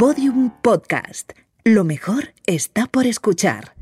Podium Podcast. Lo mejor está por escuchar.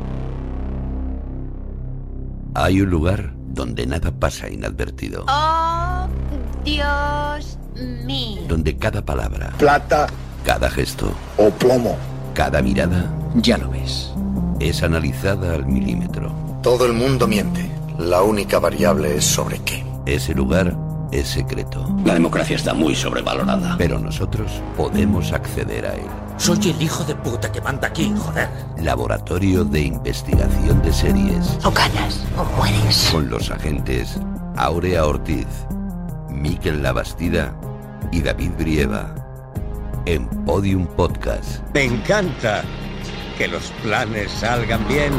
Hay un lugar donde nada pasa inadvertido. ¡Oh, Dios mío! Donde cada palabra, plata cada gesto o plomo. Cada mirada, ya lo ves, es analizada al milímetro. Todo el mundo miente. La única variable es sobre qué. Ese lugar es secreto. La democracia está muy sobrevalorada. Pero nosotros podemos acceder a él. Soy el hijo de puta que manda aquí, joder. Laboratorio de Investigación de Series. O ganas o mueres. Con los agentes Aurea Ortiz, Mikel Labastida y David Brieva. En Podium Podcast. Me encanta que los planes salgan bien.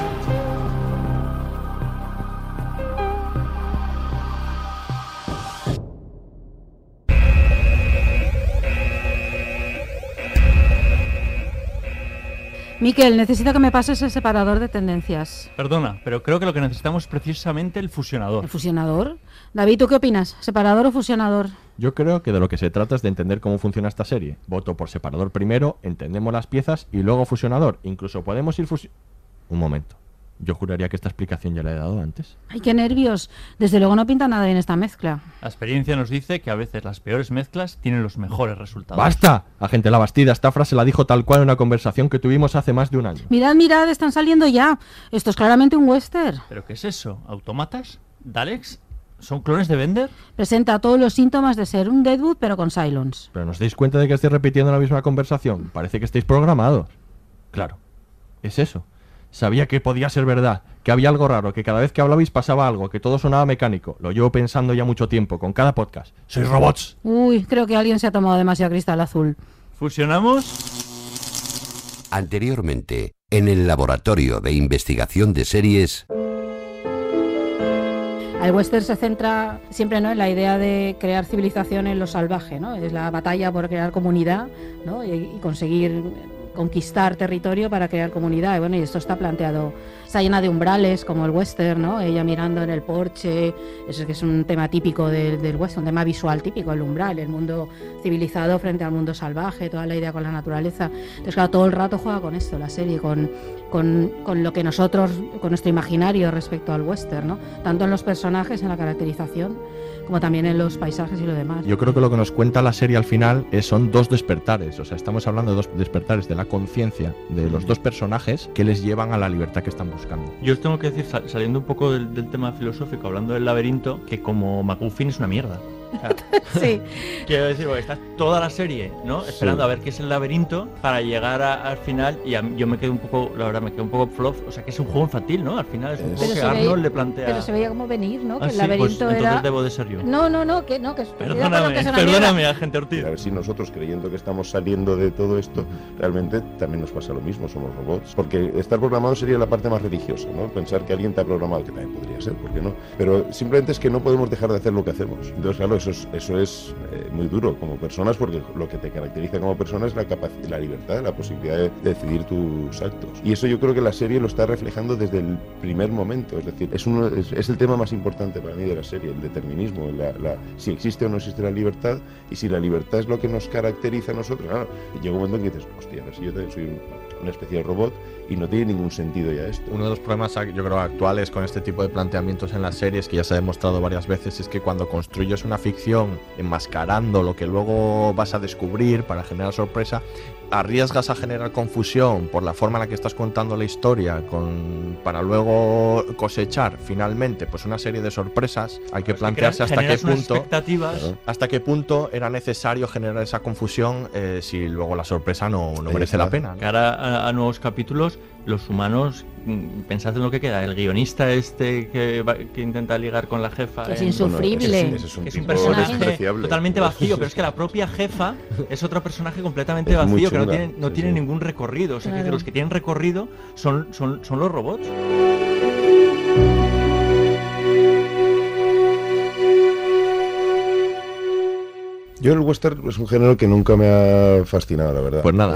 Mikel, necesito que me pases el separador de tendencias. Perdona, pero creo que lo que necesitamos es precisamente el fusionador. ¿El fusionador? David, ¿tú qué opinas? ¿Separador o fusionador? Yo creo que de lo que se trata es de entender cómo funciona esta serie. Voto por separador primero, entendemos las piezas y luego fusionador. Incluso podemos ir Un momento. Yo juraría que esta explicación ya la he dado antes. ¡Ay, qué nervios! Desde luego no pinta nada bien esta mezcla. La experiencia nos dice que a veces las peores mezclas tienen los mejores resultados. ¡Basta! Agente Labastida, esta frase la dijo tal cual en una conversación que tuvimos hace más de un año. Mirad, mirad, están saliendo ya. Esto es claramente un western. ¿Pero qué es eso? ¿Autómatas? ¿Daleks? ¿Son clones de Bender? Presenta todos los síntomas de ser un Deadwood, pero con Cylons. ¿Pero no os dais cuenta de que estoy repitiendo la misma conversación? Parece que estáis programados. Claro, es eso. Sabía que podía ser verdad, que había algo raro, que cada vez que hablabais pasaba algo, que todo sonaba mecánico. Lo llevo pensando ya mucho tiempo, con cada podcast. ¡Sois robots! Uy, creo que alguien se ha tomado demasiado cristal azul. ¿Fusionamos? Anteriormente, en el Laboratorio de Investigación de Series... El western se centra siempre, ¿no?, en la idea de crear civilización en lo salvaje, ¿no? Es la batalla por crear comunidad, ¿no? y conseguir conquistar territorio para crear comunidad. Y bueno, y esto está planteado, está llena de umbrales como el western, ¿no? Ella mirando en el porche, eso que es un tema típico del western, un tema visual típico, el umbral, el mundo civilizado frente al mundo salvaje, toda la idea con la naturaleza. Entonces, claro, todo el rato juega con esto, la serie, con lo que nosotros, con nuestro imaginario respecto al western, ¿no? Tanto en los personajes, en la caracterización, como también en los paisajes y lo demás. Yo creo que lo que nos cuenta la serie al final son dos despertares. O sea, estamos hablando de dos despertares de la conciencia de los dos personajes que les llevan a la libertad que están buscando. Yo os tengo que decir, saliendo un poco del tema filosófico, hablando del laberinto, que como MacGuffin es una mierda. O sea, sí. Quiero decir, porque estás toda la serie, ¿no?, esperando a ver qué es el laberinto para llegar al final, y yo me quedo un poco, la verdad, me quedo un poco fluff. O sea, que es un juego infantil, ¿no? Al final es un juego que Arnold le plantea. Pero se veía como venir, ¿no? Que el sí, laberinto pues, entonces era... debo de ser yo. No, que Perdóname, agente Ortiz. A ver si nosotros, creyendo que estamos saliendo de todo esto, realmente también nos pasa lo mismo, somos robots. Porque estar programado sería la parte más religiosa, ¿no? Pensar que alguien te ha programado, que también podría ser, ¿por qué no? Pero simplemente es que no podemos dejar de hacer lo que hacemos. Entonces, claro, eso es muy duro como personas, porque lo que te caracteriza como persona es la libertad, la posibilidad de decidir tus actos. Y eso yo creo que la serie lo está reflejando desde el primer momento. Es decir, es el tema más importante para mí de la serie, el determinismo, si existe o no existe la libertad, y si la libertad es lo que nos caracteriza a nosotros. Claro, llega un momento en que dices, hostia, si yo también soy una especie de robot y no tiene ningún sentido ya esto. Uno de los problemas, yo creo, actuales con este tipo de planteamientos en las series, que ya se ha demostrado varias veces, es que cuando construyes una ficción enmascarando lo que luego vas a descubrir para generar sorpresa, arriesgas a generar confusión por la forma en la que estás contando la historia, para luego cosechar finalmente pues una serie de sorpresas. Hay que plantearse hasta qué punto era necesario generar esa confusión si luego la sorpresa no merece la pena, ¿no? Cara a nuevos capítulos, los humanos, pensad en lo que queda, el guionista que intenta ligar con la jefa, que es insufrible, es un personaje totalmente vacío, pero es que la propia jefa es otro personaje completamente vacío, que no tiene ningún recorrido. O sea, que los que tienen recorrido son los robots. Yo el western es un género que nunca me ha fascinado, la verdad. Pues nada,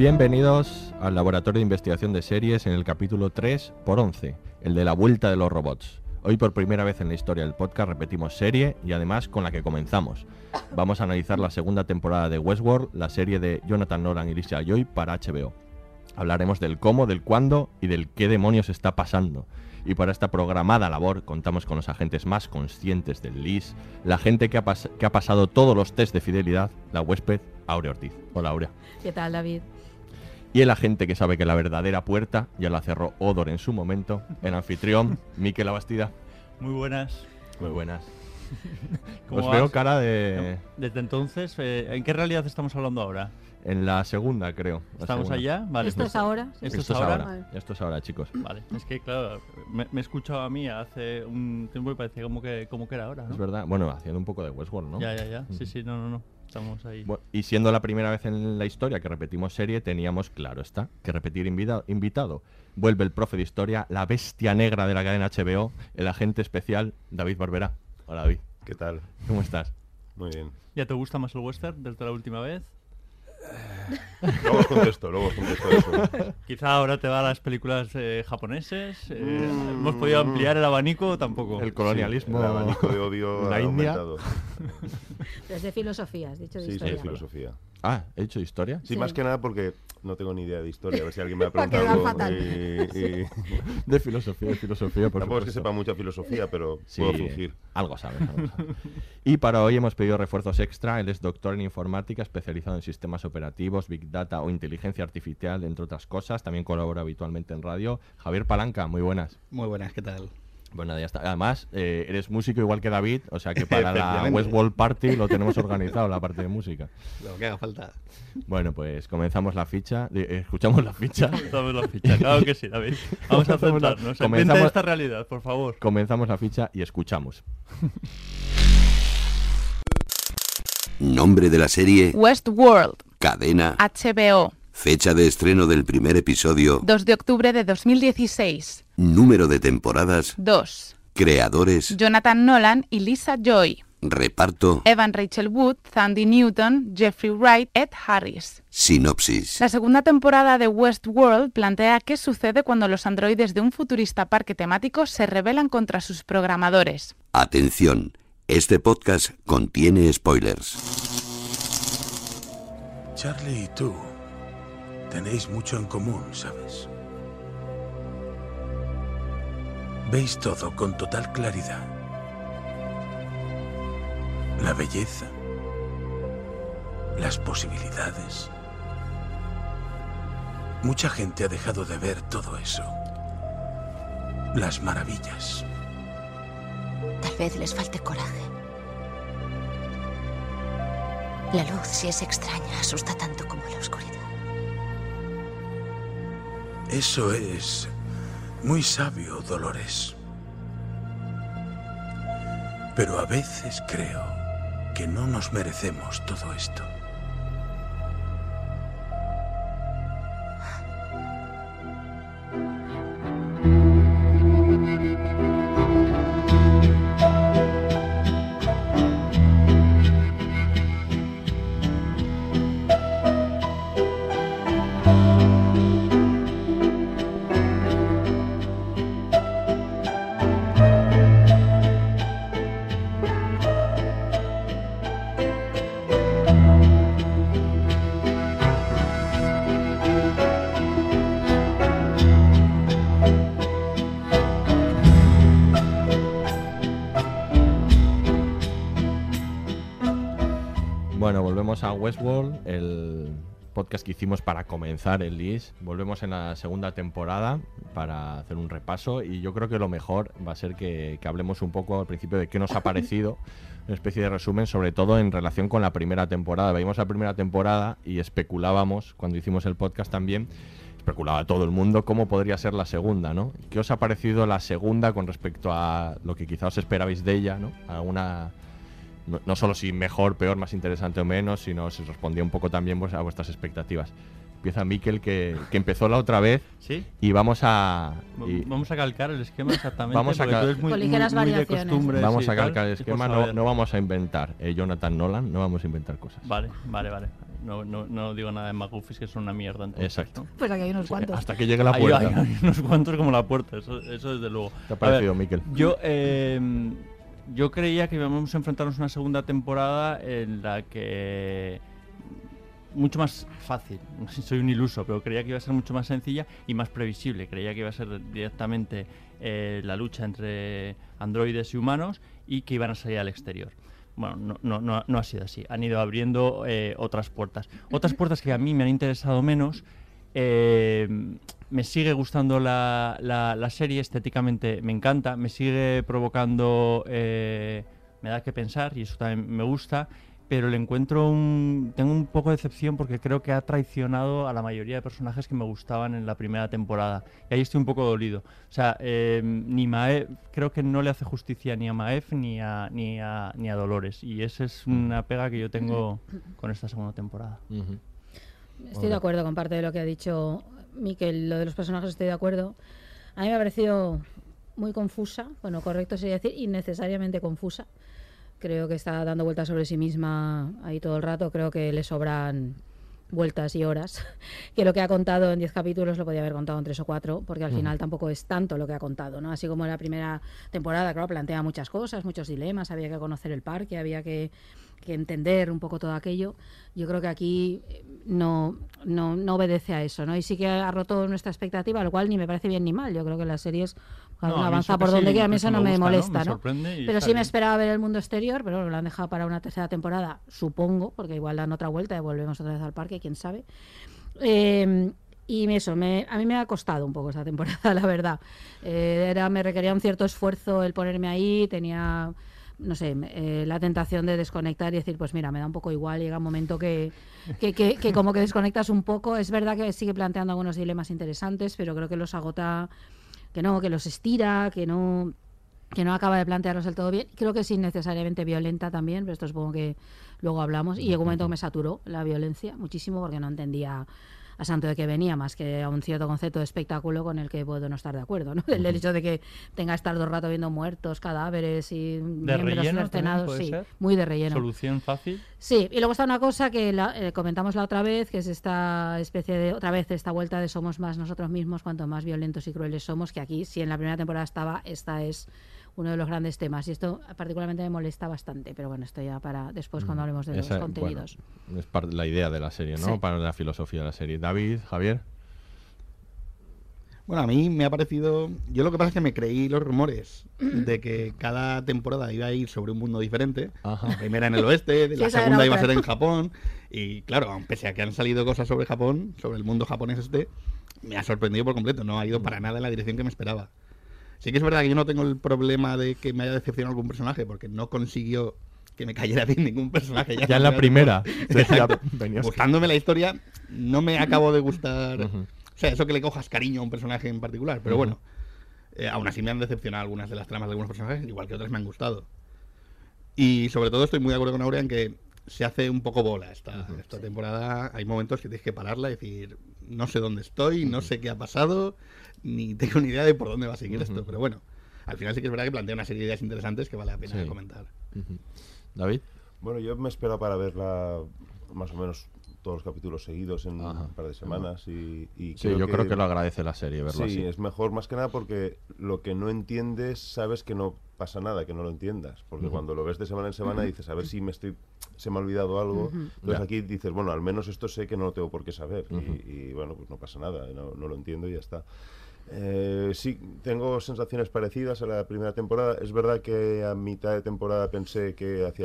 Bienvenidos al Laboratorio de Investigación de Series en el capítulo 3x11, el de la vuelta de los robots. Hoy por primera vez en la historia del podcast repetimos serie y además con la que comenzamos. Vamos a analizar la segunda temporada de Westworld, la serie de Jonathan Nolan y Lisa Joy para HBO. Hablaremos del cómo, del cuándo y del qué demonios está pasando. Y para esta programada labor contamos con los agentes más conscientes del LIS, la gente que ha pasado todos los test de fidelidad, la huésped Aurea Ortiz. Hola, Aurea. ¿Qué tal, David? Y el agente que sabe que la verdadera puerta ya la cerró Odor en su momento, el anfitrión, Mikel Labastida. Muy buenas. Muy buenas. Os veo cara de... Desde entonces, ¿en qué realidad estamos hablando ahora? En la segunda, creo. ¿Estamos allá? Vale. ¿Esto es ahora? ¿Sí? Esto es ahora. Vale. Esto es ahora, chicos. Vale, es que claro, me he escuchado a mí hace un tiempo y parecía como que era ahora, ¿no? Es verdad. Bueno, haciendo un poco de Westworld, ¿no? Ya. Sí, no. Estamos ahí. Bueno, y siendo la primera vez en la historia que repetimos serie, teníamos, claro está, que repetir invitado. Vuelve el profe de historia, la bestia negra de la cadena HBO, el agente especial David Barbera. Hola, David. ¿Qué tal? ¿Cómo estás? Muy bien. ¿Ya te gusta más el western desde la última vez? Luego os contesto eso. Quizá ahora te va a las películas japoneses. Hemos podido ampliar el abanico, tampoco. El colonialismo. Sí, el abanico de odio la ha India. aumentado. Pero es de filosofía, has dicho de Sí, historia. de filosofía. Ah, ¿he hecho historia? Sí, más que nada porque no tengo ni idea de historia. A ver si alguien me ha Va a preguntado quedar fatal. De filosofía, por Tampoco supuesto. es que sepa mucha filosofía, pero Sí, puedo fingir. Algo sabes. Y para hoy hemos pedido refuerzos extra. Él es doctor en informática, especializado en sistemas operativos, Big Data o inteligencia artificial, entre otras cosas. También colabora habitualmente en radio. Javier Palanca, muy buenas. Muy buenas, ¿qué tal? Bueno, ya está. Además, eres músico igual que David, o sea que para la Westworld Party lo tenemos organizado, la parte de música. Lo que haga falta. Bueno, pues comenzamos la ficha. Escuchamos la ficha. Comenzamos la ficha, claro que sí, David. Vamos a centrarnos. Inventa esta realidad, por favor. Comenzamos la ficha y escuchamos. Nombre de la serie: Westworld. Cadena: HBO. Fecha de estreno del primer episodio: 2 de octubre de 2016. Número de temporadas: 2. Creadores: Jonathan Nolan y Lisa Joy. Reparto: Evan Rachel Wood, Thandie Newton, Jeffrey Wright, Ed Harris. Sinopsis: La segunda temporada de Westworld plantea qué sucede cuando los androides de un futurista parque temático se rebelan contra sus programadores. Atención, este podcast contiene spoilers. Charlie y tú tenéis mucho en común, ¿sabes? Veis todo con total claridad. La belleza, las posibilidades. Mucha gente ha dejado de ver todo eso. Las maravillas. Tal vez les falte coraje. La luz, si es extraña, asusta tanto como la oscuridad. Eso es muy sabio, Dolores. Pero a veces creo que no nos merecemos todo esto. A Westworld, el podcast que hicimos para comenzar el LIS. Volvemos en la segunda temporada para hacer un repaso y yo creo que lo mejor va a ser que hablemos un poco al principio de qué nos ha parecido, una especie de resumen, sobre todo en relación con la primera temporada. Veíamos la primera temporada y especulábamos, cuando hicimos el podcast también, especulaba todo el mundo cómo podría ser la segunda, ¿no? ¿Qué os ha parecido la segunda con respecto a lo que quizás os esperabais de ella, ¿no? Alguna... No solo si mejor, peor, más interesante o menos, sino si respondía un poco también a vuestras expectativas. Empieza Mikel, que empezó la otra vez. ¿Sí? Y vamos a calcar el esquema exactamente. Vamos a con ligeras variaciones. Vamos a calcar el esquema, no vamos a inventar. Jonathan Nolan, no vamos a inventar cosas. Vale. No digo nada de McGuffin, que son una mierda. Entonces, exacto. ¿no? Pues aquí hay unos cuantos. Hasta que llegue la puerta. Hay unos cuantos como la puerta, eso desde luego. ¿Te ha parecido, Mikel? Yo creía que íbamos a enfrentarnos a una segunda temporada en la que mucho más fácil, soy un iluso, pero creía que iba a ser mucho más sencilla y más previsible. Creía que iba a ser directamente la lucha entre androides y humanos y que iban a salir al exterior. Bueno, no ha sido así. Han ido abriendo otras puertas que a mí me han interesado menos. Me sigue gustando la serie, estéticamente me encanta, me sigue provocando, me da que pensar y eso también me gusta, pero le encuentro tengo un poco de decepción porque creo que ha traicionado a la mayoría de personajes que me gustaban en la primera temporada y ahí estoy un poco dolido. O sea, ni Maeve, creo que no le hace justicia ni a Maeve ni a Dolores, y esa es una pega que yo tengo con esta segunda temporada. Estoy de acuerdo con parte de lo que ha dicho Mikel. Lo de los personajes estoy de acuerdo. A mí me ha parecido muy confusa, bueno, correcto sería decir innecesariamente confusa. Creo que está dando vueltas sobre sí misma ahí todo el rato. Creo que le sobran vueltas y horas, que lo que ha contado en 10 capítulos lo podía haber contado en 3 o 4, porque al final tampoco es tanto lo que ha contado, ¿no? Así como en la primera temporada, claro, plantea muchas cosas, muchos dilemas, había que conocer el parque, había que entender un poco todo aquello. Yo creo que aquí no obedece a eso, ¿no? Y sí que ha roto nuestra expectativa, lo cual ni me parece bien ni mal. Yo creo que las series cada una avanza por donde quiera, a mí eso no me molesta, ¿no? Pero sí me esperaba ver el mundo exterior, pero bueno, lo han dejado para una tercera temporada, supongo, porque igual dan otra vuelta y volvemos otra vez al parque, quién sabe. Y eso, a mí me ha costado un poco esta temporada, la verdad. Me requería un cierto esfuerzo el ponerme ahí, tenía, no sé, la tentación de desconectar y decir, pues mira, me da un poco igual, llega un momento que como que desconectas un poco. Es verdad que sigue planteando algunos dilemas interesantes, pero creo que los agota, que los estira, que no acaba de plantearlos del todo bien. Creo que es innecesariamente violenta también, pero esto supongo que luego hablamos. Y llegó un momento que me saturó la violencia muchísimo porque no entendía a santo de qué venía, más que a un cierto concepto de espectáculo con el que puedo no estar de acuerdo, ¿no? El hecho de que tenga que estar todo el rato viendo muertos, cadáveres y miembros cercenados, sí, muy de relleno. ¿Solución fácil? Sí, y luego está una cosa que comentamos la otra vez, que es esta especie de, otra vez, esta vuelta de somos más nosotros mismos, cuanto más violentos y crueles somos, que aquí, si en la primera temporada estaba, esta es uno de los grandes temas, y esto particularmente me molesta bastante, pero bueno, esto ya para después cuando hablemos de los contenidos. Bueno, es parte de la idea de la serie, ¿no? Sí. Para la filosofía de la serie. David, Javier. Bueno, a mí me ha parecido... Yo lo que pasa es que me creí los rumores de que cada temporada iba a ir sobre un mundo diferente. Ajá. La primera en el oeste, la segunda iba a ser en Japón, y claro, pese a que han salido cosas sobre Japón, sobre el mundo japonés me ha sorprendido por completo, no ha ido para nada en la dirección que me esperaba. Sí que es verdad que yo no tengo el problema de que me haya decepcionado algún personaje, porque no consiguió que me cayera bien ningún personaje. Ya en la primera. Gustándome la historia, no me acabo de gustar. O sea, eso que le cojas cariño a un personaje en particular. Pero bueno, aún así me han decepcionado algunas de las tramas de algunos personajes, igual que otras me han gustado. Y sobre todo estoy muy de acuerdo con Aurea en que se hace un poco bola esta temporada. Hay momentos que tienes que pararla y decir, no sé dónde estoy, no sé qué ha pasado, ni tengo ni idea de por dónde va a seguir esto. Pero bueno, al final sí que es verdad que plantea una serie de ideas interesantes que vale la pena comentar. David. Bueno, yo me espero para verla más o menos todos los capítulos seguidos en un par de semanas y creo que lo agradece la serie verlo así. Sí, es mejor más que nada porque lo que no entiendes sabes que no pasa nada, que no lo entiendas, porque cuando lo ves de semana en semana dices, a ver si se me ha olvidado algo, entonces aquí dices, bueno, al menos esto sé que no lo tengo por qué saber y bueno, pues no pasa nada, no lo entiendo y ya está. Sí, tengo sensaciones parecidas a la primera temporada. Es verdad que a mitad de temporada pensé que hacia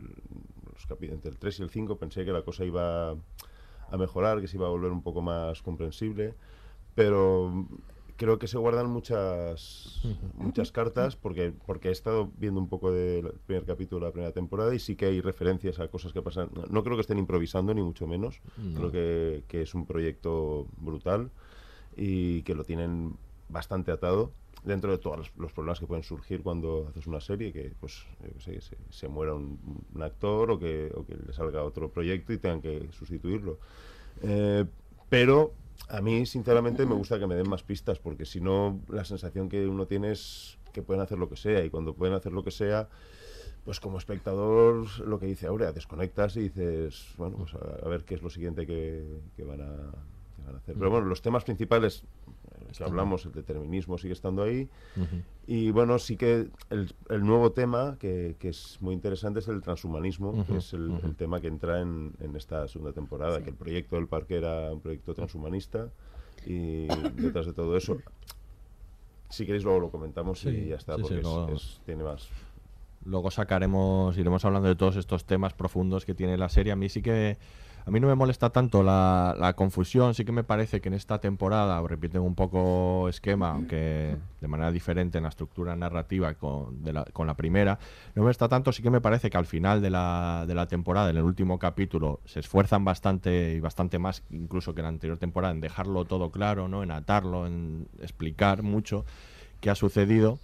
entre el 3 y el 5 pensé que la cosa iba a mejorar, que se iba a volver un poco más comprensible, pero creo que se guardan muchas cartas porque he estado viendo un poco del primer capítulo de la primera temporada y sí que hay referencias a cosas que pasan. No creo que estén improvisando, ni mucho menos. Creo que es un proyecto brutal y que lo tienen bastante atado dentro de todos los problemas que pueden surgir cuando haces una serie, que pues se muera un actor o que le salga otro proyecto y tengan que sustituirlo. Pero a mí, sinceramente, me gusta que me den más pistas, porque si no, la sensación que uno tiene es que pueden hacer lo que sea, y cuando pueden hacer lo que sea, pues como espectador, lo que dice Aurea, desconectas y dices, bueno, pues a ver qué es lo siguiente que van a hacer. Pero bueno, los temas principales que hablamos, el determinismo sigue estando ahí. Y bueno, sí que el nuevo tema, que es muy interesante, es el transhumanismo, que es el tema que entra en esta segunda temporada, que el proyecto del parque era un proyecto transhumanista, y detrás de todo eso, si queréis luego lo comentamos y ya está, porque tiene más... Luego iremos hablando de todos estos temas profundos que tiene la serie. A mí no me molesta tanto la confusión, sí que me parece que en esta temporada repiten un poco esquema, aunque de manera diferente en la estructura narrativa con la primera. No me molesta tanto, sí que me parece que al final de la temporada, en el último capítulo, se esfuerzan bastante, y bastante más incluso que en la anterior temporada, en dejarlo todo claro, ¿no? En atarlo, en explicar mucho qué ha sucedido.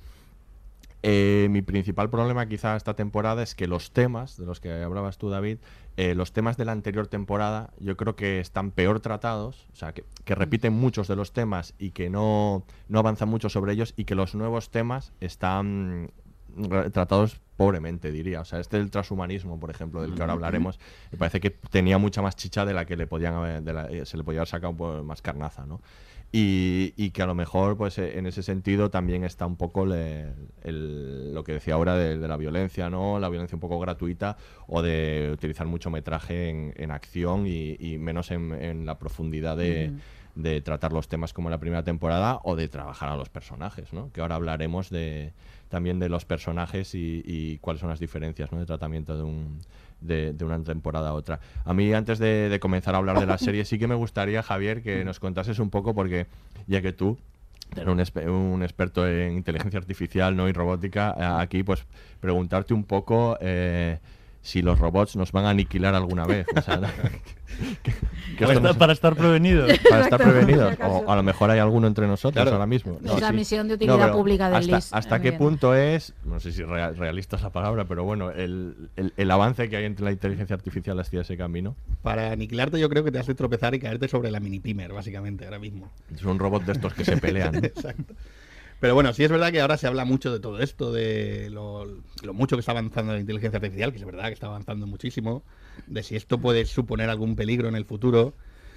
Mi principal problema quizá esta temporada es que los temas de los que hablabas tú, David, los temas de la anterior temporada yo creo que están peor tratados, o sea, que repiten muchos de los temas y que no avanzan mucho sobre ellos, y que los nuevos temas están tratados pobremente, diría. O sea, del transhumanismo, por ejemplo, del que ahora hablaremos, me parece que tenía mucha más chicha de la que se le podía haber sacado más carnaza, ¿no? Y que a lo mejor, pues en ese sentido también está un poco lo que decía ahora de la violencia, ¿no? La violencia un poco gratuita, o de utilizar mucho metraje en acción y menos en la profundidad de tratar los temas como en la primera temporada, o de trabajar a los personajes, ¿no? Que ahora hablaremos también de los personajes y cuáles son las diferencias, ¿no? De tratamiento de una temporada a otra. A mí, antes de comenzar a hablar de la serie, sí que me gustaría, Javier, que nos contases un poco, porque ya que tú eres un experto en inteligencia artificial, ¿no? Y robótica, aquí pues preguntarte un poco si los robots nos van a aniquilar alguna vez. O sea, para estar prevenidos. Para estar prevenidos. O a lo mejor hay alguno entre nosotros ahora mismo. Es la misión de utilidad pública del LIS. ¿Hasta qué punto es, no sé si realista es la palabra, pero bueno, el avance que hay entre la inteligencia artificial hacia ese camino? Para aniquilarte yo creo que te has de tropezar y caerte sobre la mini pimer, básicamente, ahora mismo. Es un robot de estos que se pelean. Exacto. Pero bueno, sí es verdad que ahora se habla mucho de todo esto, de lo mucho que está avanzando la inteligencia artificial, que es verdad que está avanzando muchísimo, de si esto puede suponer algún peligro en el futuro.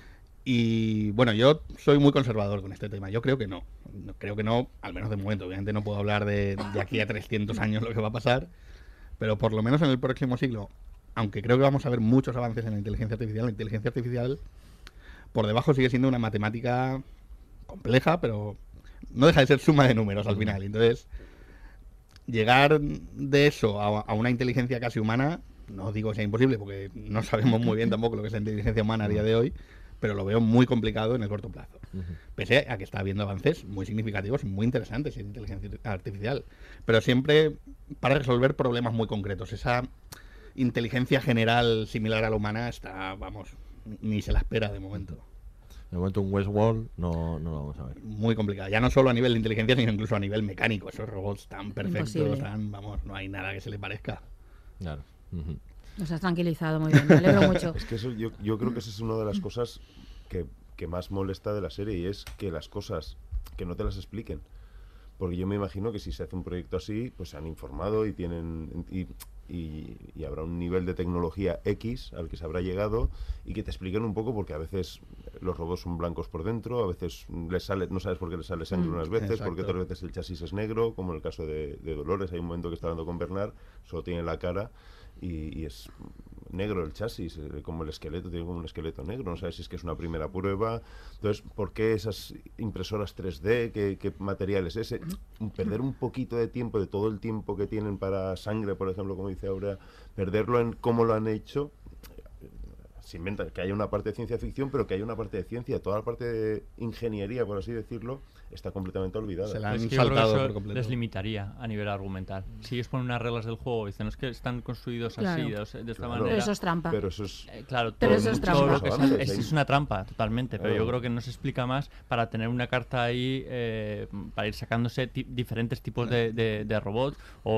Y bueno, yo soy muy conservador con este tema. Yo creo que no. Creo que no, al menos de momento. Obviamente no puedo hablar de aquí a 300 años lo que va a pasar, pero por lo menos en el próximo siglo, aunque creo que vamos a ver muchos avances en la inteligencia artificial por debajo sigue siendo una matemática compleja, pero no deja de ser suma de números al final. Entonces, llegar de eso a una inteligencia casi humana, no digo que sea imposible, porque no sabemos muy bien tampoco lo que es la inteligencia humana a día de hoy, pero lo veo muy complicado en el corto plazo. Pese a que está habiendo avances muy significativos y muy interesantes en inteligencia artificial, pero siempre para resolver problemas muy concretos. Esa inteligencia general similar a la humana está, vamos, ni se la espera de momento. De momento un Westworld no lo vamos a ver. Muy complicado. Ya no solo a nivel de inteligencia, sino incluso a nivel mecánico. Esos robots tan perfectos, Imposible. no hay nada que se le parezca. Claro. Nos has tranquilizado muy bien, me alegro mucho. Es que eso, yo creo que esa es una de las cosas que más molesta de la serie, y es que las cosas, que no te las expliquen. Porque yo me imagino que si se hace un proyecto así, pues se han informado y tienen y habrá un nivel de tecnología X al que se habrá llegado, y que te expliquen un poco, porque a veces los robots son blancos por dentro, a veces les sale, no sabes por qué les sale sangre unas veces, exacto. porque otras veces el chasis es negro, como en el caso de Dolores. Hay un momento que está hablando con Bernard, solo tiene la cara y es negro el chasis, como el esqueleto, tiene como un esqueleto negro, no sabes si es que es una primera prueba. Entonces, ¿por qué esas impresoras 3D? ¿Qué material es ese? Perder un poquito de tiempo, de todo el tiempo que tienen para sangre, por ejemplo, como dice Aurea, perderlo en cómo lo han hecho. Se inventa que haya una parte de ciencia ficción, pero que haya una parte de ciencia. Toda la parte de ingeniería, por así decirlo, está completamente olvidada. Se la han Es que yo creo que saltado eso por completo. les limitaría a nivel argumental. Si ellos ponen unas reglas del juego y dicen, no, es que están construidos Claro. así, de esta Claro. manera. Pero eso es trampa. Pero eso es... Claro, Pero todo, eso es todo trampa. lo que Antes, es una trampa, totalmente. Pero Claro. yo creo que no se explica más para tener una carta ahí, para ir sacándose diferentes tipos de robots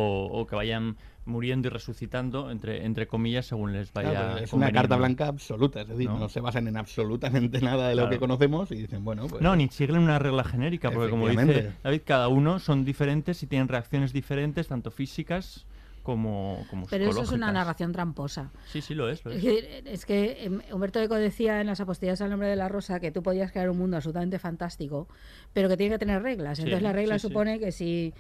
o que vayan muriendo y resucitando, entre comillas, según les vaya. Claro, es una conveniendo. carta blanca absoluta, es decir, no se basan en absolutamente nada de lo Claro. que conocemos y dicen, bueno, pues... No, ni siguen una regla genérica, porque como dice Efectivamente. David, cada uno son diferentes y tienen reacciones diferentes, tanto físicas como Pero eso es una psicológicas. narración tramposa. Sí, sí, lo es. Lo es. Es que Humberto Eco decía en las apostillas al nombre de la rosa que tú podías crear un mundo absolutamente fantástico, pero que tiene que tener reglas. Sí, Entonces la regla sí, sí. supone que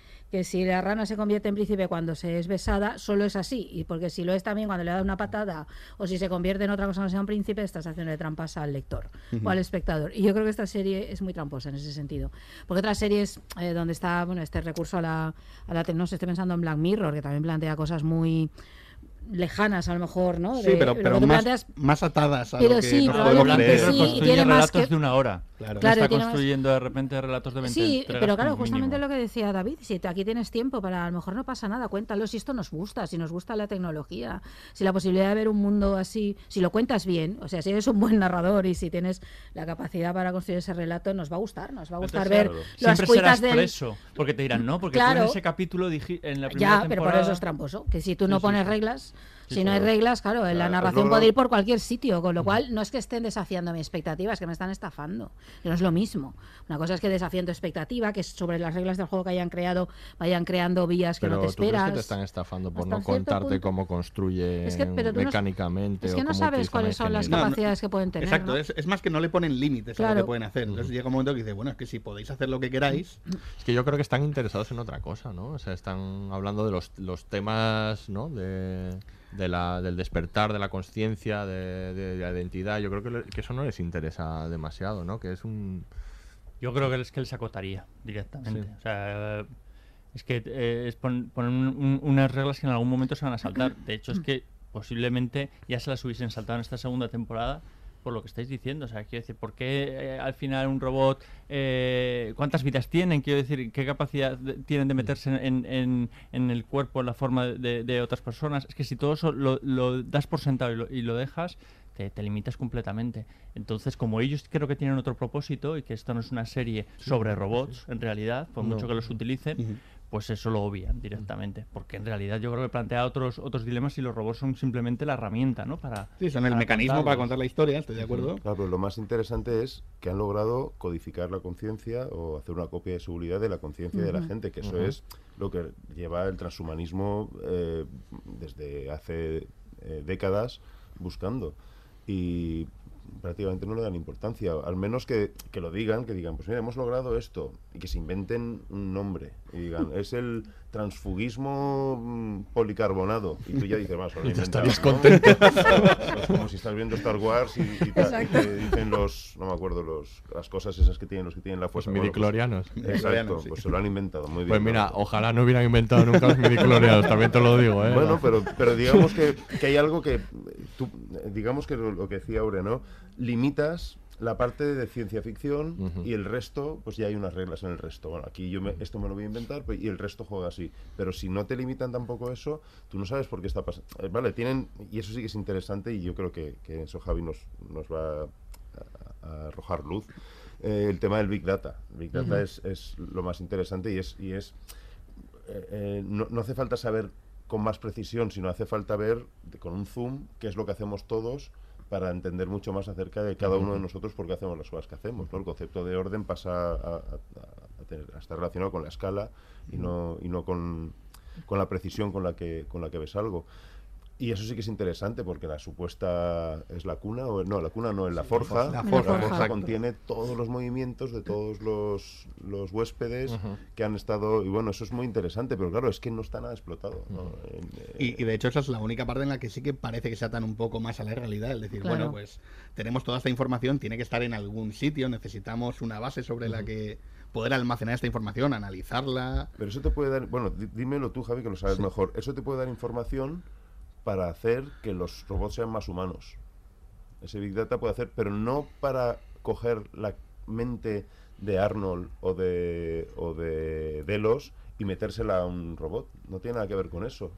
si la rana se convierte en príncipe cuando se es besada, solo es así. Y porque si lo es también cuando le da una patada o si se convierte en otra cosa que no sea un príncipe, estás haciendo trampas al lector o al espectador. Y yo creo que esta serie es muy tramposa en ese sentido. Porque otras series donde está este recurso a la no sé, estoy pensando en Black Mirror, que también plantea cosas muy lejanas a lo mejor, ¿no? Sí, pero lo que tú planteas- más atadas a pero lo que sí, nos probablemente podemos sí, leer. y Construye tiene más relatos que... de una hora. Claro. Claro, está tiene más- construyendo de repente relatos de 20 Sí, entregas pero claro, como justamente mínimo. lo que decía David, si aquí tienes tiempo para, a lo mejor no pasa nada, cuéntalo, si esto nos gusta, si nos gusta la tecnología, si la posibilidad de ver un mundo así, si lo cuentas bien, o sea, si eres un buen narrador y si tienes la capacidad para construir ese relato, nos va a gustar Entonces, ver claro. las Siempre cuitas serás del... preso, porque te dirán, no, porque tú Claro. en ese capítulo en la primera Ya, temporada... pero por eso es tramposo, que si tú no Sí, sí, pones sí. reglas, Sí, si no hay claro. reglas, claro, la Claro, narración has logrado- puede ir por cualquier sitio, con lo cual no es que estén desafiando mi expectativa, es que me están estafando, que no es lo mismo. Una cosa es que desafíen tu expectativa, que es sobre las reglas del juego que hayan creado, vayan creando vías que Pero no te ¿tú crees esperas. que te están estafando por Hasta no cierto contarte punto. cómo construye Es que, pero tú no- mecánicamente? es que o no cómo sabes utilizan cuáles la son las ingeniería? capacidades que pueden tener. Exacto, ¿no? es más que no le ponen límites a lo Claro. que pueden hacer. Entonces llega un momento que dice, bueno, es que si podéis hacer lo que queráis... Es que yo creo que están interesados en otra cosa, ¿no? O sea, están hablando de los temas, ¿no? Del despertar, de la conciencia, de la identidad. Yo creo que eso no les interesa demasiado, ¿no? Que es un... Yo creo que es que él se acotaría directamente. Sí. O sea, es que es poner unas reglas que en algún momento se van a saltar. De hecho, es que posiblemente ya se las hubiesen saltado en esta segunda temporada por lo que estáis diciendo. O sea, quiero decir, ¿por qué al final un robot, cuántas vidas tienen? Quiero decir, ¿qué capacidad tienen de meterse en el cuerpo, en la forma de otras personas? Es que si todo eso lo das por sentado y lo dejas, te limitas completamente. Entonces, como ellos creo que tienen otro propósito y que esto no es una serie sobre robots, en realidad, por mucho que los utilicen, pues eso lo obvian directamente. Porque en realidad yo creo que plantea otros dilemas y los robots son simplemente la herramienta, ¿no? Sí, son el mecanismo para contar la historia, estoy de acuerdo. Claro, pero lo más interesante es que han logrado codificar la conciencia o hacer una copia de seguridad de la conciencia de la gente, que eso es lo que lleva el transhumanismo desde hace décadas buscando. Y prácticamente no le dan importancia, al menos que lo digan, pues mira, hemos logrado esto, y que se inventen un nombre y digan, es el transfugismo policarbonado, y tú ya dices, más, Y te estarías contento. Es como si estás viendo Star Wars y te dicen no me acuerdo, las cosas esas que tienen los que tienen la fuerza. Los midichlorianos. Exacto, Sí. pues se lo han inventado muy bien. Pues mira, ¿no? ojalá no hubieran inventado nunca los midichlorianos, también te lo digo, ¿eh? Bueno, pero digamos que hay algo que tú, digamos que lo que decía Aure, ¿no? Limitas la parte de ciencia ficción y el resto, pues ya hay unas reglas en el resto. Bueno, aquí esto me lo voy a inventar y el resto juega así. Pero si no te limitan tampoco eso, tú no sabes por qué está pasando. Vale, y eso sí que es interesante y yo creo que eso Javi nos va a arrojar luz. El tema del Big Data. Big Data es lo más interesante y no hace falta saber con más precisión, sino hace falta ver con un zoom qué es lo que hacemos todos para entender mucho más acerca de cada uno de nosotros por qué hacemos las cosas que hacemos, ¿no? El concepto de orden pasa a estar relacionado con la escala y no con la precisión con la que ves algo. Y eso sí que es interesante porque la supuesta es la cuna, la cuna no, es la forja. La forja contiene todos los movimientos de todos los huéspedes que han estado, y bueno, eso es muy interesante, pero claro, es que no está nada explotado, ¿no? Y de hecho esa es la única parte en la que sí que parece que se atan un poco más a la realidad, es decir, Claro. bueno, pues tenemos toda esta información, tiene que estar en algún sitio, necesitamos una base sobre la que poder almacenar esta información, analizarla. Pero eso te puede dar, bueno, dímelo tú, Javi, que lo sabes mejor, eso te puede dar información para hacer que los robots sean más humanos. Ese Big Data puede hacer, pero no para coger la mente de Arnold o de Delos y metérsela a un robot. No tiene nada que ver con eso.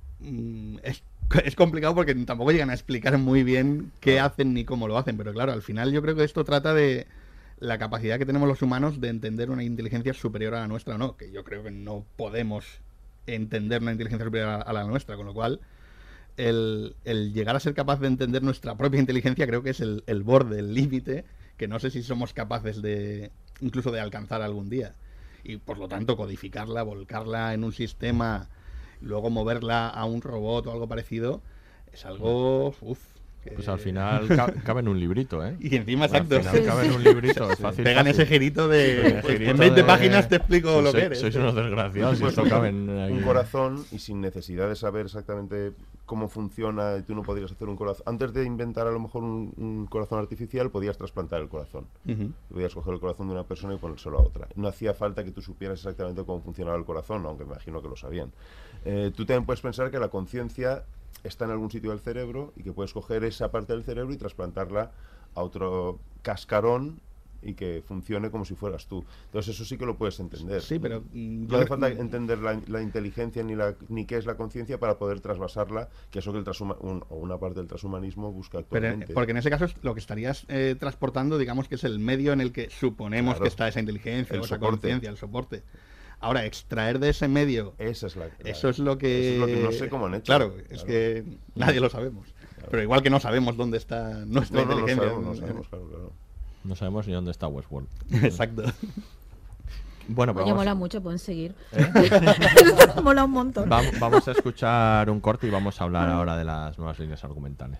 Es complicado porque tampoco llegan a explicar muy bien qué hacen ni cómo lo hacen, pero claro, al final yo creo que esto trata de la capacidad que tenemos los humanos de entender una inteligencia superior a la nuestra o no, que yo creo que no podemos entender una inteligencia superior a la nuestra, con lo cual el llegar a ser capaz de entender nuestra propia inteligencia creo que es el borde, el límite, que no sé si somos capaces de incluso de alcanzar algún día. Y por lo tanto codificarla, volcarla en un sistema, luego moverla a un robot o algo parecido, es algo... Pues al final cabe en un librito, ¿eh? Y encima, exacto. Al final cabe en un librito, es fácil. Pegan ese girito de... en 20 páginas te explico lo que eres. Sois unos desgraciados si esto cabe en... Un corazón, y sin necesidad de saber exactamente cómo funciona, y tú no podrías hacer un corazón... Antes de inventar a lo mejor un corazón artificial, podías trasplantar el corazón. Podías coger el corazón de una persona y ponérselo a otra. No hacía falta que tú supieras exactamente cómo funcionaba el corazón, aunque me imagino que lo sabían. Tú también puedes pensar que la conciencia está en algún sitio del cerebro y que puedes coger esa parte del cerebro y trasplantarla a otro cascarón y que funcione como si fueras tú. Entonces eso sí que lo puedes entender. Sí, pero no hace falta entender la inteligencia ni qué es la conciencia para poder trasvasarla, que es lo que o una parte del transhumanismo busca actualmente. Porque en ese caso lo que estarías transportando, digamos que es el medio en el que suponemos que está esa inteligencia, o esa conciencia, el soporte. Ahora, extraer de ese medio, eso es lo que no sé cómo han hecho. Claro, es que nadie lo sabemos. Claro. Pero igual que no sabemos dónde está nuestra inteligencia. No sabemos, claro. No sabemos ni dónde está Westworld. Exacto. Bueno, pues Oye, mola mucho, pueden seguir. Mola un montón. Vamos a escuchar un corte y vamos a hablar ahora de las nuevas líneas argumentales.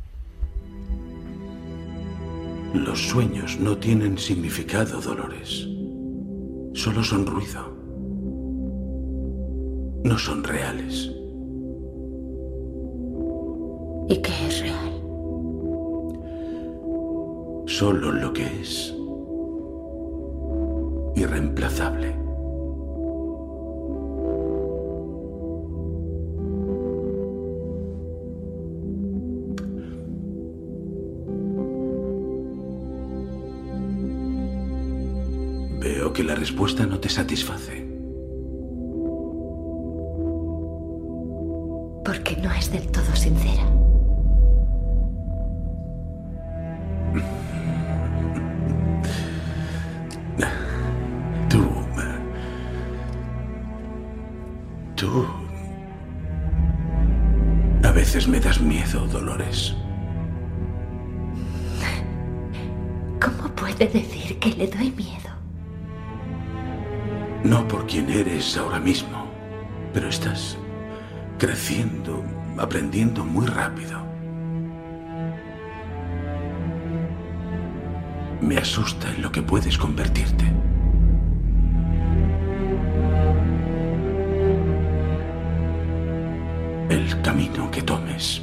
Los sueños no tienen significado, Dolores. Solo son ruido. No son reales. ¿Y qué es real? Solo lo que es irreemplazable. Veo que la respuesta no te satisface. Porque no es del todo sincera. Tú... A veces me das miedo, Dolores. ¿Cómo puede decir que le doy miedo? No por quien eres ahora mismo, pero estás creciendo, aprendiendo muy rápido. Me asusta en lo que puedes convertirte. El camino que tomes.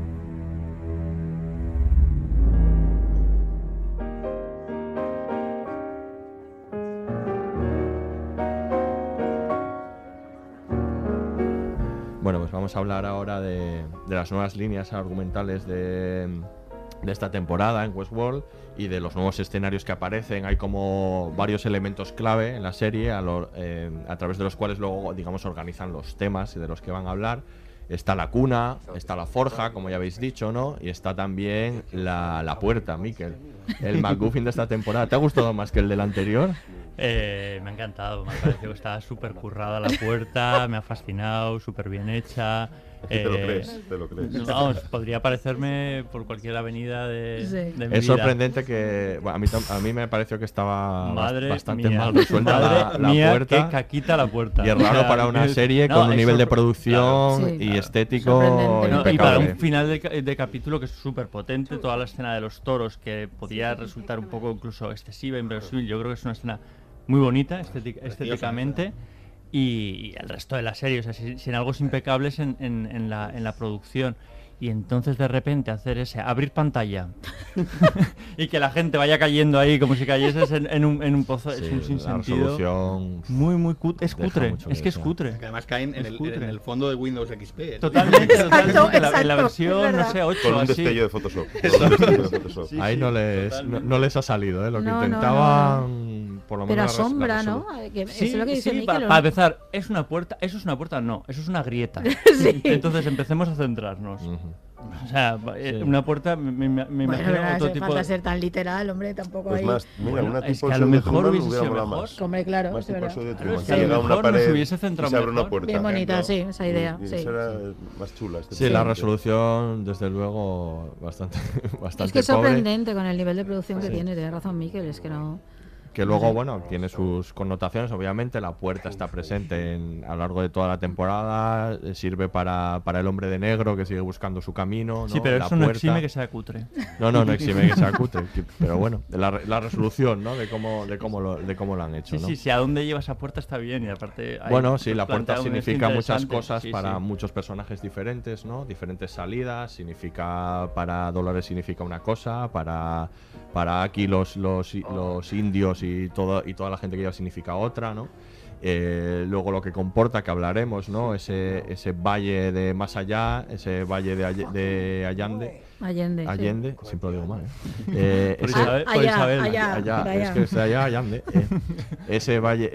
Bueno, pues vamos a hablar ahora de las nuevas líneas argumentales de esta temporada en Westworld y de los nuevos escenarios que aparecen. Hay como varios elementos clave en la serie a través de los cuales luego, digamos, organizan los temas de los que van a hablar. Está la cuna, está la forja, como ya habéis dicho, ¿no? Y está también la puerta, Miquel. El MacGuffin de esta temporada. ¿Te ha gustado más que el del anterior? Me ha encantado, me ha parecido que estaba súper currada la puerta, me ha fascinado, súper bien hecha. Te lo crees. Vamos, podría aparecerme por cualquier avenida de mi vida. Es sorprendente que... Bueno, a mí me pareció que estaba bastante mía, mal resuelta la puerta. Qué caquita la puerta. Y es raro para una serie con un nivel de producción y estético. Y para un final de capítulo que es súper potente, toda la escena de los toros, que podía resultar un poco incluso excesiva, inverosímil, yo creo que es una escena muy bonita estéticamente. Y el resto de la serie, o sea, si en algo es impecable es en la producción. Y entonces de repente hacer abrir pantalla y que la gente vaya cayendo ahí como si cayeses en un pozo, es un sinsentido muy cutre. Es cutre, es que es cutre. Que además caen en el fondo de Windows XP. Totalmente. En la versión, no sé, 8 con un así. destello de Photoshop. Ahí no les ha salido, ¿eh? Lo que intentaban por lo Pero menos asombra, la ¿no? resolución. Que eso es lo que dice Mikel, para ¿no? empezar, ¿es una puerta? ¿Eso es una puerta? No, eso es una grieta. Sí. Entonces empecemos a centrarnos. O sea, una puerta, me imagino Bueno, otro hace tipo falta de... ser tan literal, hombre, tampoco Pues hay... más, mira, Bueno, una es tipo que a show lo de mejor Truman hubiese hubiera sido molado mejor. más. Hombre, claro, Más es tipo verdad. show de Pero Truman, es que que a lo llega a una mejor nos pared hubiese y centrado se abre una mejor. puerta. Bien bonita, sí, esa idea. Y Sí. esa era más chula. Sí, la resolución, desde luego, bastante Es que es pobre. sorprendente con el nivel de producción que tiene, tiene razón Mikel, es que no... Que luego, bueno, tiene sus connotaciones, obviamente. La puerta está presente a lo largo de toda la temporada. Sirve para el hombre de negro que sigue buscando su camino, ¿no? Sí, pero la eso no puerta. exime que sea cutre. No exime que sea cutre. Pero bueno, la resolución, ¿no? De cómo lo han hecho, ¿no? Sí, a dónde lleva esa puerta está bien y aparte... Bueno, sí, la puerta significa muchas cosas sí, para sí. muchos personajes diferentes, ¿no? Diferentes salidas. Significa, para Dolores significa una cosa, para aquí los indios y toda la gente que lleva significa otra, ¿no? Luego lo que comporta, que hablaremos, ¿no? Ese valle de más allá, ese valle de Allende, sí. siempre lo digo mal, ¿eh? Por Isabel. Allá, es que es allá, Allende. Ese valle,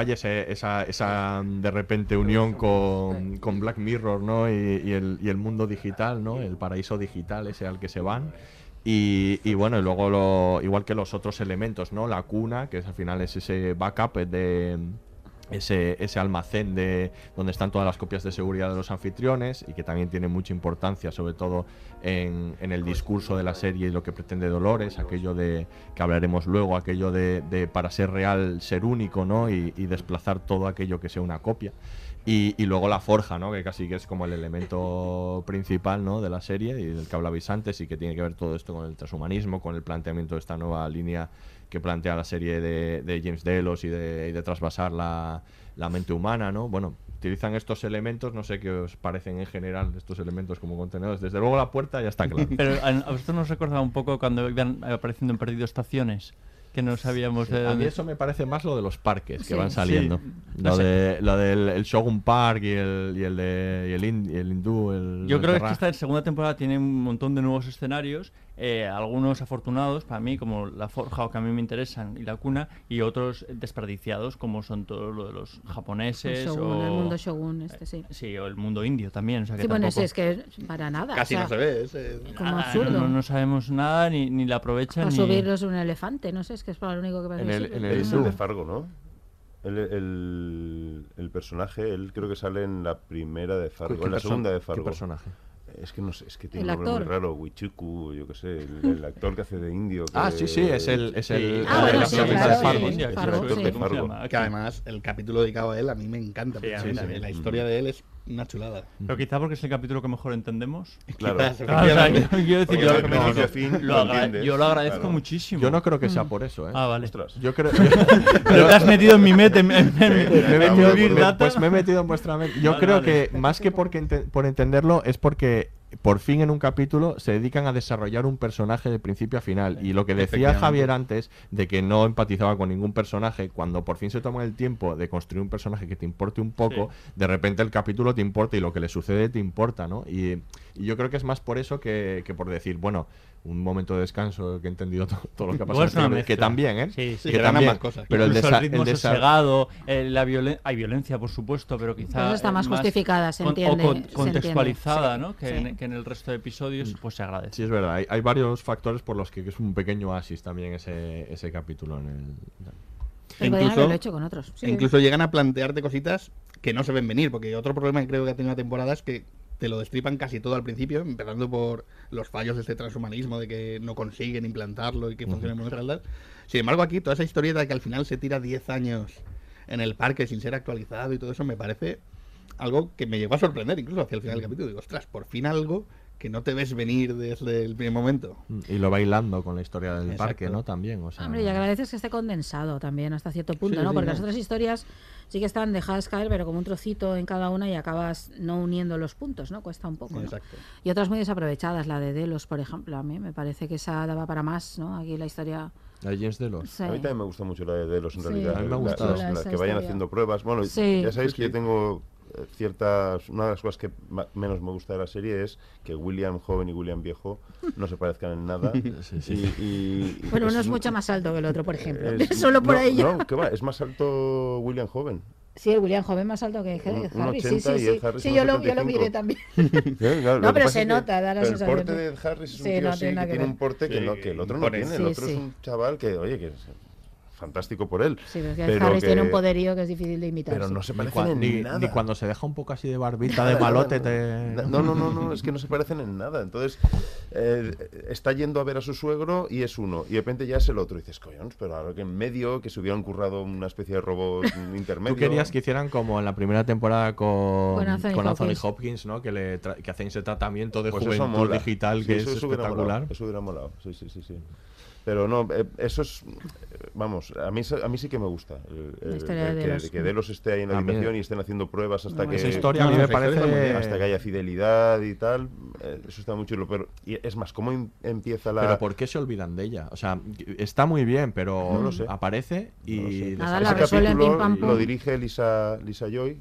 esa de repente unión con Black Mirror, ¿no? Y el mundo digital, ¿no? El paraíso digital ese al que se van. Y bueno, y luego igual que los otros elementos, ¿no? La cuna, que al final es ese backup de ese almacén donde están todas las copias de seguridad de los anfitriones, y que también tiene mucha importancia, sobre todo en el discurso de la serie y lo que pretende Dolores, aquello de que hablaremos luego, aquello de para ser real, ser único, ¿no? Y desplazar todo aquello que sea una copia. Y luego la forja, ¿no? Que casi que es como el elemento principal, ¿no? De la serie y del que hablabais antes, y que tiene que ver todo esto con el transhumanismo, con el planteamiento de esta nueva línea que plantea la serie de James Delos y de trasvasar la mente humana, ¿no? Bueno, utilizan estos elementos, no sé qué os parecen en general estos elementos como contenedores. Desde luego la puerta ya está claro. Pero a vosotros nos recordaba un poco cuando iban apareciendo en Perdido Estaciones, que no sabíamos de A mí dónde... eso me parece más lo de los parques que Sí. van saliendo. Sí. Lo No sé. del Shogun Park y el hindú. Yo creo que esta segunda temporada tiene un montón de nuevos escenarios, algunos afortunados para mí, como la forja, o que a mí me interesan, y la cuna, y otros desperdiciados, como son todo lo de los japoneses El mundo Shogun, sí. Sí, o el mundo indio también. O sea, que Sí, bueno, tampoco... es que para nada. Casi o sea, no se ve. como Nada, absurdo. no sabemos nada, ni la aprovechan. Para ni... subirlos un elefante, no sé, es que es para lo único que parece. Es el de Fargo, ¿no? El personaje, él creo que sale en la primera de Fargo, en la segunda de Fargo. ¿Qué personaje? Es que no sé, es que tiene El un nombre muy actor. raro, Wichuku, yo qué sé, el actor que hace de indio. Sí, es el bueno, sí, protagonista claro, de Fargo. sí, Es el Fargo, actor sí. de ¿Cómo se Fargo. llama? Que además el capítulo dedicado a él a mí me encanta. Sí, a mí también. La historia de él es una chulada. Pero quizá porque es el capítulo que mejor entendemos. Claro. Quizás, O sea, yo quiero decir, Porque yo, de principio a fin lo entiendes. yo lo agradezco Claro. muchísimo. Yo no creo que sea por eso, ¿eh? Ah, vale. Ostras. Yo creo. Pero te has metido en mi mente, en mi Big Data. Pues me he metido en vuestra mente. Yo Vale, creo vale. que más que por entenderlo es porque por fin en un capítulo se dedican a desarrollar un personaje de principio a final. Y lo que decía Efectivamente. Javier antes, de que no empatizaba con ningún personaje, cuando por fin se toman el tiempo de construir un personaje que te importe un poco, de repente el capítulo te importa y lo que le sucede te importa, ¿no? Y yo creo que es más por eso que por decir, bueno, un momento de descanso, que he entendido todo lo que ha Igual es una pasado. Que mezcla. también, ¿eh? Sí, sí. Que ganan también. más cosas. Pero Incluso el ritmo desa- sosegado, hay violencia, por supuesto, pero quizá Pues está más justificada, se entiende, o se contextualizada, entiende. ¿no? Que, Sí. que en el resto de episodios pues se agradece. Sí, es verdad. Hay varios factores por los que es un pequeño oasis también ese capítulo en el... Pero podrían haberlo hecho con otros. Sí. Incluso llegan a plantearte cositas que no se ven venir, porque otro problema que creo que ha tenido la temporada es que te lo destripan casi todo al principio, empezando por los fallos de este transhumanismo, de que no consiguen implantarlo y que funciona muy realidad. Sin embargo, aquí toda esa historieta que al final se tira 10 años en el parque sin ser actualizado y todo eso me parece algo que me llegó a sorprender incluso hacia el final del capítulo. Digo, ostras, por fin algo que no te ves venir desde el primer momento. Y lo bailando con la historia del Exacto. parque, ¿no? También, o sea... Hombre, y agradeces que esté condensado también hasta cierto punto, Sí, ¿no? sí, Porque no. las otras historias sí que están dejadas caer, pero como un trocito en cada una y acabas no uniendo los puntos, ¿no? Cuesta un poco, ¿no? Exacto. Y otras muy desaprovechadas, la de Delos, por ejemplo, a mí me parece que esa daba para más, ¿no? Aquí la historia... La de James Delos. Sí. A mí también me gusta mucho la de Delos, en Sí. realidad. A mí me ha gustado. Las Esa que vayan historia. haciendo pruebas. Bueno, Sí. ya sabéis que yo tengo una de las cosas que menos me gusta de la serie es que William joven y William viejo no se parezcan en nada. Bueno, uno es mucho más alto que el otro, por ejemplo. Solo por ahí. No, ¿qué va? Es más alto William joven. Sí, el William joven más alto que Harry. Sí, yo lo miré también. Claro, no, pero se nota, da la sensación. El porte de Harry es un tío así, que tiene un porte que el otro no tiene. El otro es un chaval que, oye, que es fantástico por él. Sí, pero Harry tiene un poderío que es difícil de imitar. Pero no se parecen en nada. Ni cuando se deja un poco así de barbita, de malote. No, es que no se parecen en nada. Entonces, está yendo a ver a su suegro y es uno. Y de repente ya es el otro. Y dices, coño, pero ahora que en medio, que se hubieran currado una especie de robot intermedio. Tú querías que hicieran como en la primera temporada con Anthony Hopkins, ¿no? Que hacen ese tratamiento de juventud digital que es espectacular. Eso hubiera molado. Sí. Pero no, eso es, vamos, a mí sí que me gusta que Delos esté ahí en la habitación y estén haciendo pruebas hasta que esa historia a mí me parece hasta que haya fidelidad y tal. Eso está muy chulo, pero y es más, ¿cómo empieza la...? Pero ¿por qué se olvidan de ella? O sea, está muy bien, pero no lo sé. Aparece y... Nada, ese capítulo lo dirige Lisa Joy.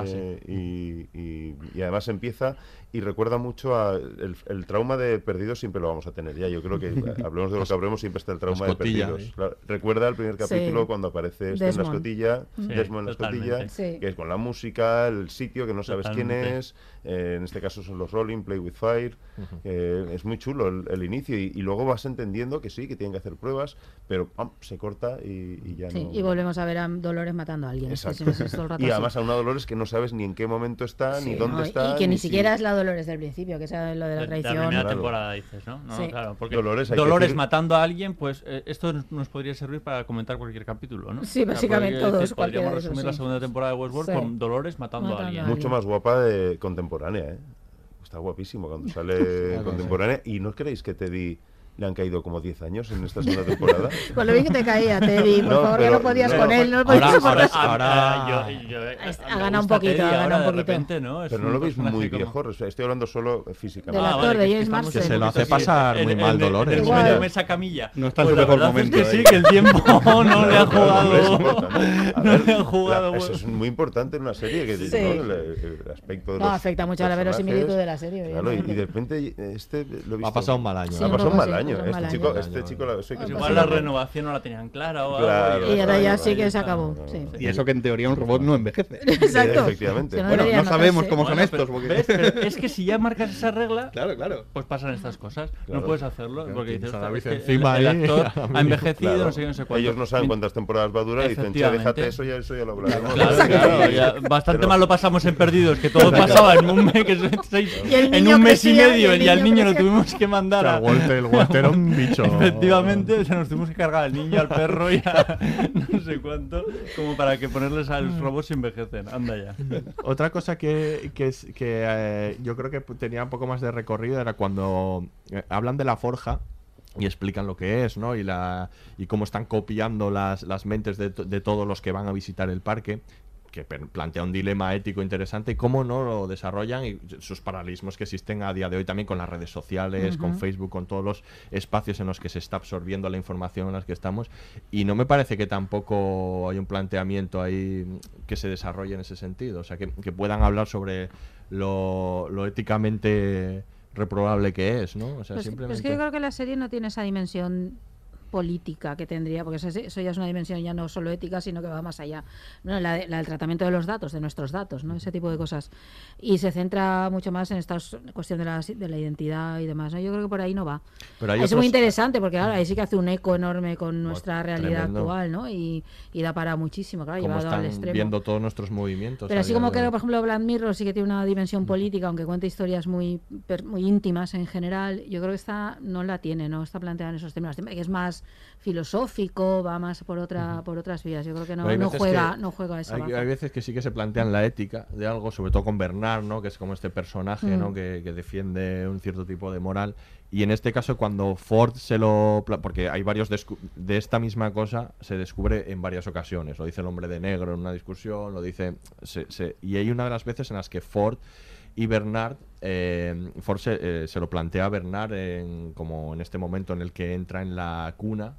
Y además empieza y recuerda mucho el trauma de Perdidos. Siempre lo vamos a tener ya. Yo creo que hablemos de lo que hablemos, siempre está el trauma de Perdidos. Claro, recuerda el primer capítulo cuando aparece en la escotilla, Desmond en la escotilla, que es con la música, el sitio que no sabes quién es. En este caso son los Rolling, Play with Fire. Es muy chulo el inicio y luego vas entendiendo que sí, que tienen que hacer pruebas, pero se corta y ya no. Y volvemos a ver a Dolores matando a alguien. Exacto. Y además a una Dolores que no sabes ni en qué momento está, ni dónde está. Y que ni siquiera es la Dolores del principio, que es lo de la traición. La primera temporada dices, ¿no? Sí. Claro, porque Dolores matando a alguien, pues esto nos podría servir para comentar cualquier capítulo, ¿no? Sí, básicamente todos. Podríamos resumir la segunda temporada de Westworld con Dolores matando a alguien. Mucho más guapa de contemporánea, ¿eh? Está guapísimo cuando sale contemporánea. Y no creéis que Teddy le han caído como 10 años en esta segunda temporada. Con lo bien que te caía, Teddy, por favor, que no podías con él, no lo podías soportar. Ahora ha ganado un poquito, de repente, ¿no? Pero no lo veis muy viejo, estoy hablando solo físicamente. Del actor de James Marsden. Que se lo hace pasar muy mal Dolores. En esa camilla. No está en su mejor momento. Es que sí, que el tiempo no le ha jugado. Eso es muy importante en una serie, que el aspecto de los afecta mucho a la verosimilitud de la serie. Claro, y de repente lo he visto. Ha pasado un mal año. Ha pasado un mal año. Este chico igual la renovación no la tenían clara o algo. Y ahora ya sí que se acabó. Y eso que en teoría un robot no envejece. Exacto. Efectivamente. Bueno, no sabemos cómo son estos. ¿Ves? Pero es que si ya marcas esa regla, claro. pues pasan estas cosas. No puedes hacerlo porque dices, el actor ha envejecido, no sé cuánto. Ellos no saben cuántas temporadas va a durar y dicen, déjate eso ya lo hablaremos. Claro. Bastante mal lo pasamos en Perdidos, que todo pasaba en un mes y medio y al niño lo tuvimos que mandar a... El Walter era un bicho. Efectivamente, nos tuvimos que cargar al niño, al perro y a no sé cuánto, como para que ponerles a los robots y envejecen. Anda ya. Otra cosa que yo creo que tenía un poco más de recorrido era cuando hablan de la forja y explican lo que es, ¿no? Y cómo están copiando las mentes de todos los que van a visitar el parque, que plantea un dilema ético interesante y cómo no lo desarrollan y sus paralelismos que existen a día de hoy también con las redes sociales, con Facebook, con todos los espacios en los que se está absorbiendo la información en los que estamos, y no me parece que tampoco hay un planteamiento ahí que se desarrolle en ese sentido, o sea, que puedan hablar sobre lo éticamente reprobable que es, ¿no? O sea, simplemente... Es que yo creo que la serie no tiene esa dimensión política que tendría, porque eso ya es una dimensión ya no solo ética, sino que va más allá. Bueno, la del tratamiento de los datos, de nuestros datos, ¿no? Ese tipo de cosas. Y se centra mucho más en esta cuestión de la identidad y demás, ¿no? Yo creo que por ahí no va. Pero es muy interesante, porque ahora ahí sí que hace un eco enorme con nuestra realidad actual, ¿no? Y da para muchísimo, claro, llevado al extremo. Viendo todos nuestros movimientos. Pero así como creo, por ejemplo, Black Mirror sí que tiene una dimensión política, aunque cuenta historias muy íntimas en general, yo creo que esta no la tiene, no está planteada en esos temas, que es más filosófico, va más por otras vías. Yo creo que no juega a esa baza. Hay veces que sí que se plantean la ética de algo, sobre todo con Bernard, ¿no? Que es como este personaje, ¿no? que defiende un cierto tipo de moral. Y en este caso, cuando Ford porque hay varios de esta misma cosa, se descubre en varias ocasiones. Lo dice el hombre de negro en una discusión, lo dice... y hay una de las veces en las que Ford y Bernard, Ford se lo plantea a Bernard como en este momento en el que entra en la cuna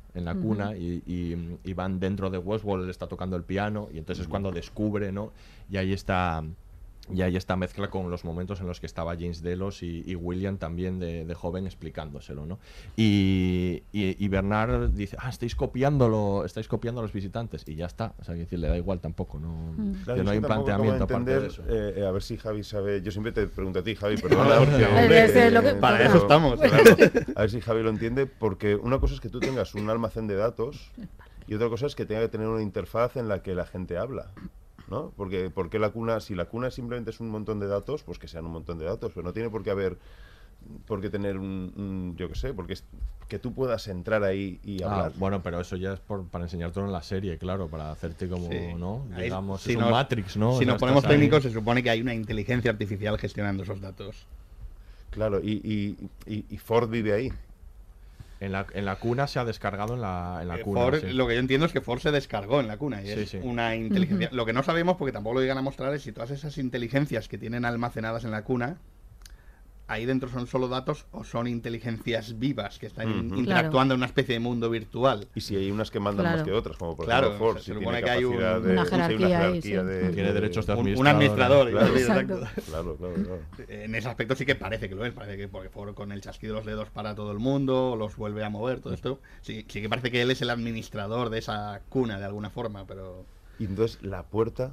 y van dentro de Westworld, él está tocando el piano y entonces es cuando descubre, ¿no? Y ahí está Y hay esta mezcla con los momentos en los que estaba James Delos y William también de joven explicándoselo, ¿no? Y Bernard dice, estáis copiando a los visitantes, y ya está. O sea, que decir, le da igual tampoco, ¿no? Claro, Que no hay un planteamiento entender, aparte de eso. a ver si Javi sabe. Yo siempre te pregunto a ti, Javi, perdona, porque para eso estamos. Claro, a ver si Javi lo entiende, porque una cosa es que tú tengas un almacén de datos y otra cosa es que tenga que tener una interfaz en la que la gente habla, ¿no? Porque la cuna, si la cuna simplemente es un montón de datos, pues que sean un montón de datos, pero no tiene por qué tener yo qué sé, porque que tú puedas entrar ahí y hablar. Bueno, pero eso ya es para enseñártelo en la serie, claro, para hacerte como, ¿no? Digamos, si es un Matrix, ¿no? Si No nos ponemos estás ahí. técnicos, se supone que hay una inteligencia artificial gestionando esos datos. Claro, y Ford vive ahí. En la cuna se ha descargado en la cuna. Ford, sí. Lo que yo entiendo es que Ford se descargó en la cuna y es Sí. una inteligencia. Lo que no sabemos, porque tampoco lo llegan a mostrar, es si todas esas inteligencias que tienen almacenadas en la cuna, ahí dentro son solo datos o son inteligencias vivas que están interactuando en una especie de mundo virtual. Y si hay unas que mandan más que otras, como por ejemplo Ford, se si supone tiene que hay una jerarquía ahí, tiene derechos de administrador. un administrador. Claro. En ese aspecto sí que parece que lo es, parece que porque Ford con el chasquido de los dedos para todo el mundo, los vuelve a mover, todo esto. Sí que parece que él es el administrador de esa cuna de alguna forma, pero... Y entonces la puerta...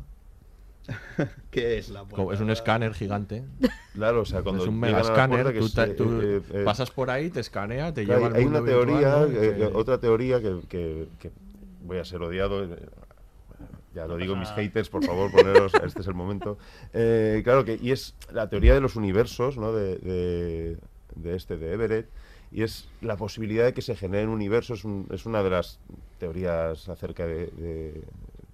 ¿Qué es la puerta? Es un escáner gigante. Claro, o sea, cuando es un llegan mega a la escáner, puerta, tú pasas por ahí, te escanea, te lleva al hay mundo una teoría, virtual, ¿no? otra teoría que voy a ser odiado. Ya lo digo, mis haters, por favor, poneros, este es el momento. Claro que, y es la teoría de los universos, ¿no? de Everett, y es la posibilidad de que se generen universos, es una de las teorías acerca de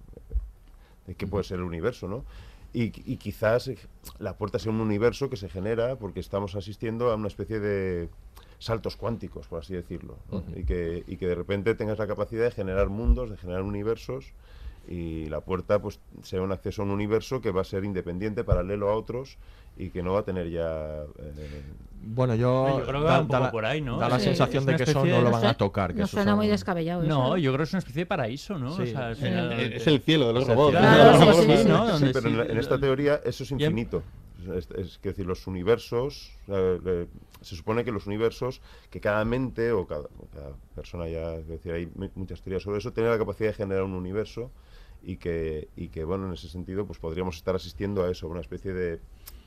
qué puede ser el universo, ¿no? Y quizás la puerta sea un universo que se genera porque estamos asistiendo a una especie de saltos cuánticos, por así decirlo, ¿no? Y que de repente tengas la capacidad de generar mundos, de generar universos, y la puerta pues sea un acceso a un universo que va a ser independiente, paralelo a otros, y que no va a tener ya... Bueno, yo creo que va un poco por ahí, ¿no? Da la sensación de que eso no lo van a tocar. Que nos suena muy descabellado eso. No, yo creo que es una especie de paraíso, ¿no? Sí. O sea, Es el cielo de los robots. ¿no? Sí, pero en esta teoría eso es infinito. Es decir, los universos, se supone que los universos, que cada mente o cada persona, ya es decir, hay muchas teorías sobre eso, tiene la capacidad de generar un universo y que bueno, en ese sentido pues podríamos estar asistiendo a eso, una especie de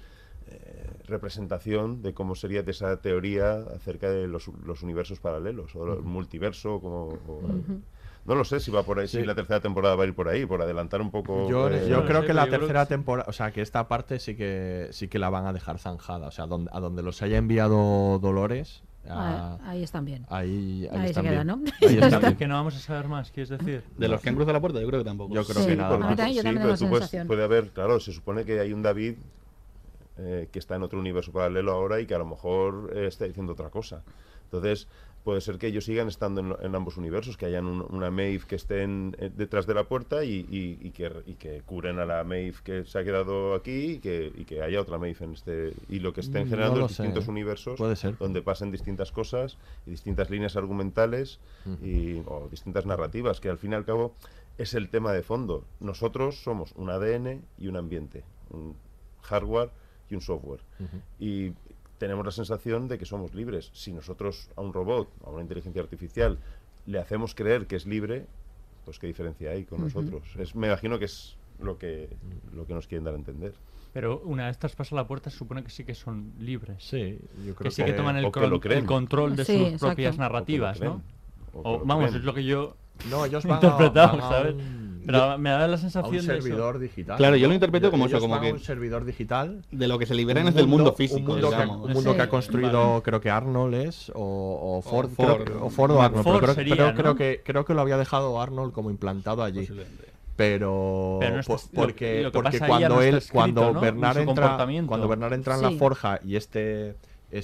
representación de cómo sería de esa teoría acerca de los universos paralelos o el multiverso, como... No lo sé si va por ahí, si la tercera temporada va a ir por ahí, por adelantar un poco. Yo creo que la tercera temporada, o sea, que esta parte sí que la van a dejar zanjada, o sea, a donde los haya enviado Dolores. Ahí están bien. Ahí se están queda, bien. ¿no? Ahí están bien. Que no vamos a saber más, ¿quieres decir? De los que han cruzado la puerta, yo creo que tampoco. Yo creo que nada más. Yo también tengo la sensación. Puede haber, claro, se supone que hay un David que está en otro universo paralelo ahora y que a lo mejor está diciendo otra cosa. Entonces, puede ser que ellos sigan estando en ambos universos, que hayan una Maeve que esté detrás de la puerta y que curen a la Maeve que se ha quedado aquí y que haya otra Maeve en este... Y lo que estén generando es distintos universos donde pasen distintas cosas y distintas líneas argumentales o distintas narrativas, que al fin y al cabo es el tema de fondo. Nosotros somos un ADN y un ambiente, un hardware y un software. Y tenemos la sensación de que somos libres. Si nosotros a un robot, a una inteligencia artificial, le hacemos creer que es libre, pues qué diferencia hay con nosotros. Me imagino que es lo que nos quieren dar a entender. Pero una vez traspasa la puerta, se supone que sí que son libres. Sí, yo creo que sí que toman el control de sus propias narrativas, ¿no? Vamos, es lo que yo ellos interpretado, ¿sabes? Pero me da la sensación de un servidor digital. Claro, yo lo interpreto como eso, como que un servidor digital. De lo que se liberan es del mundo físico, un mundo que ha construido, creo que Arnold o Ford, Ford o Arnold, pero creo que lo había dejado Arnold como implantado allí. Pero porque cuando Bernard entra en la forja y este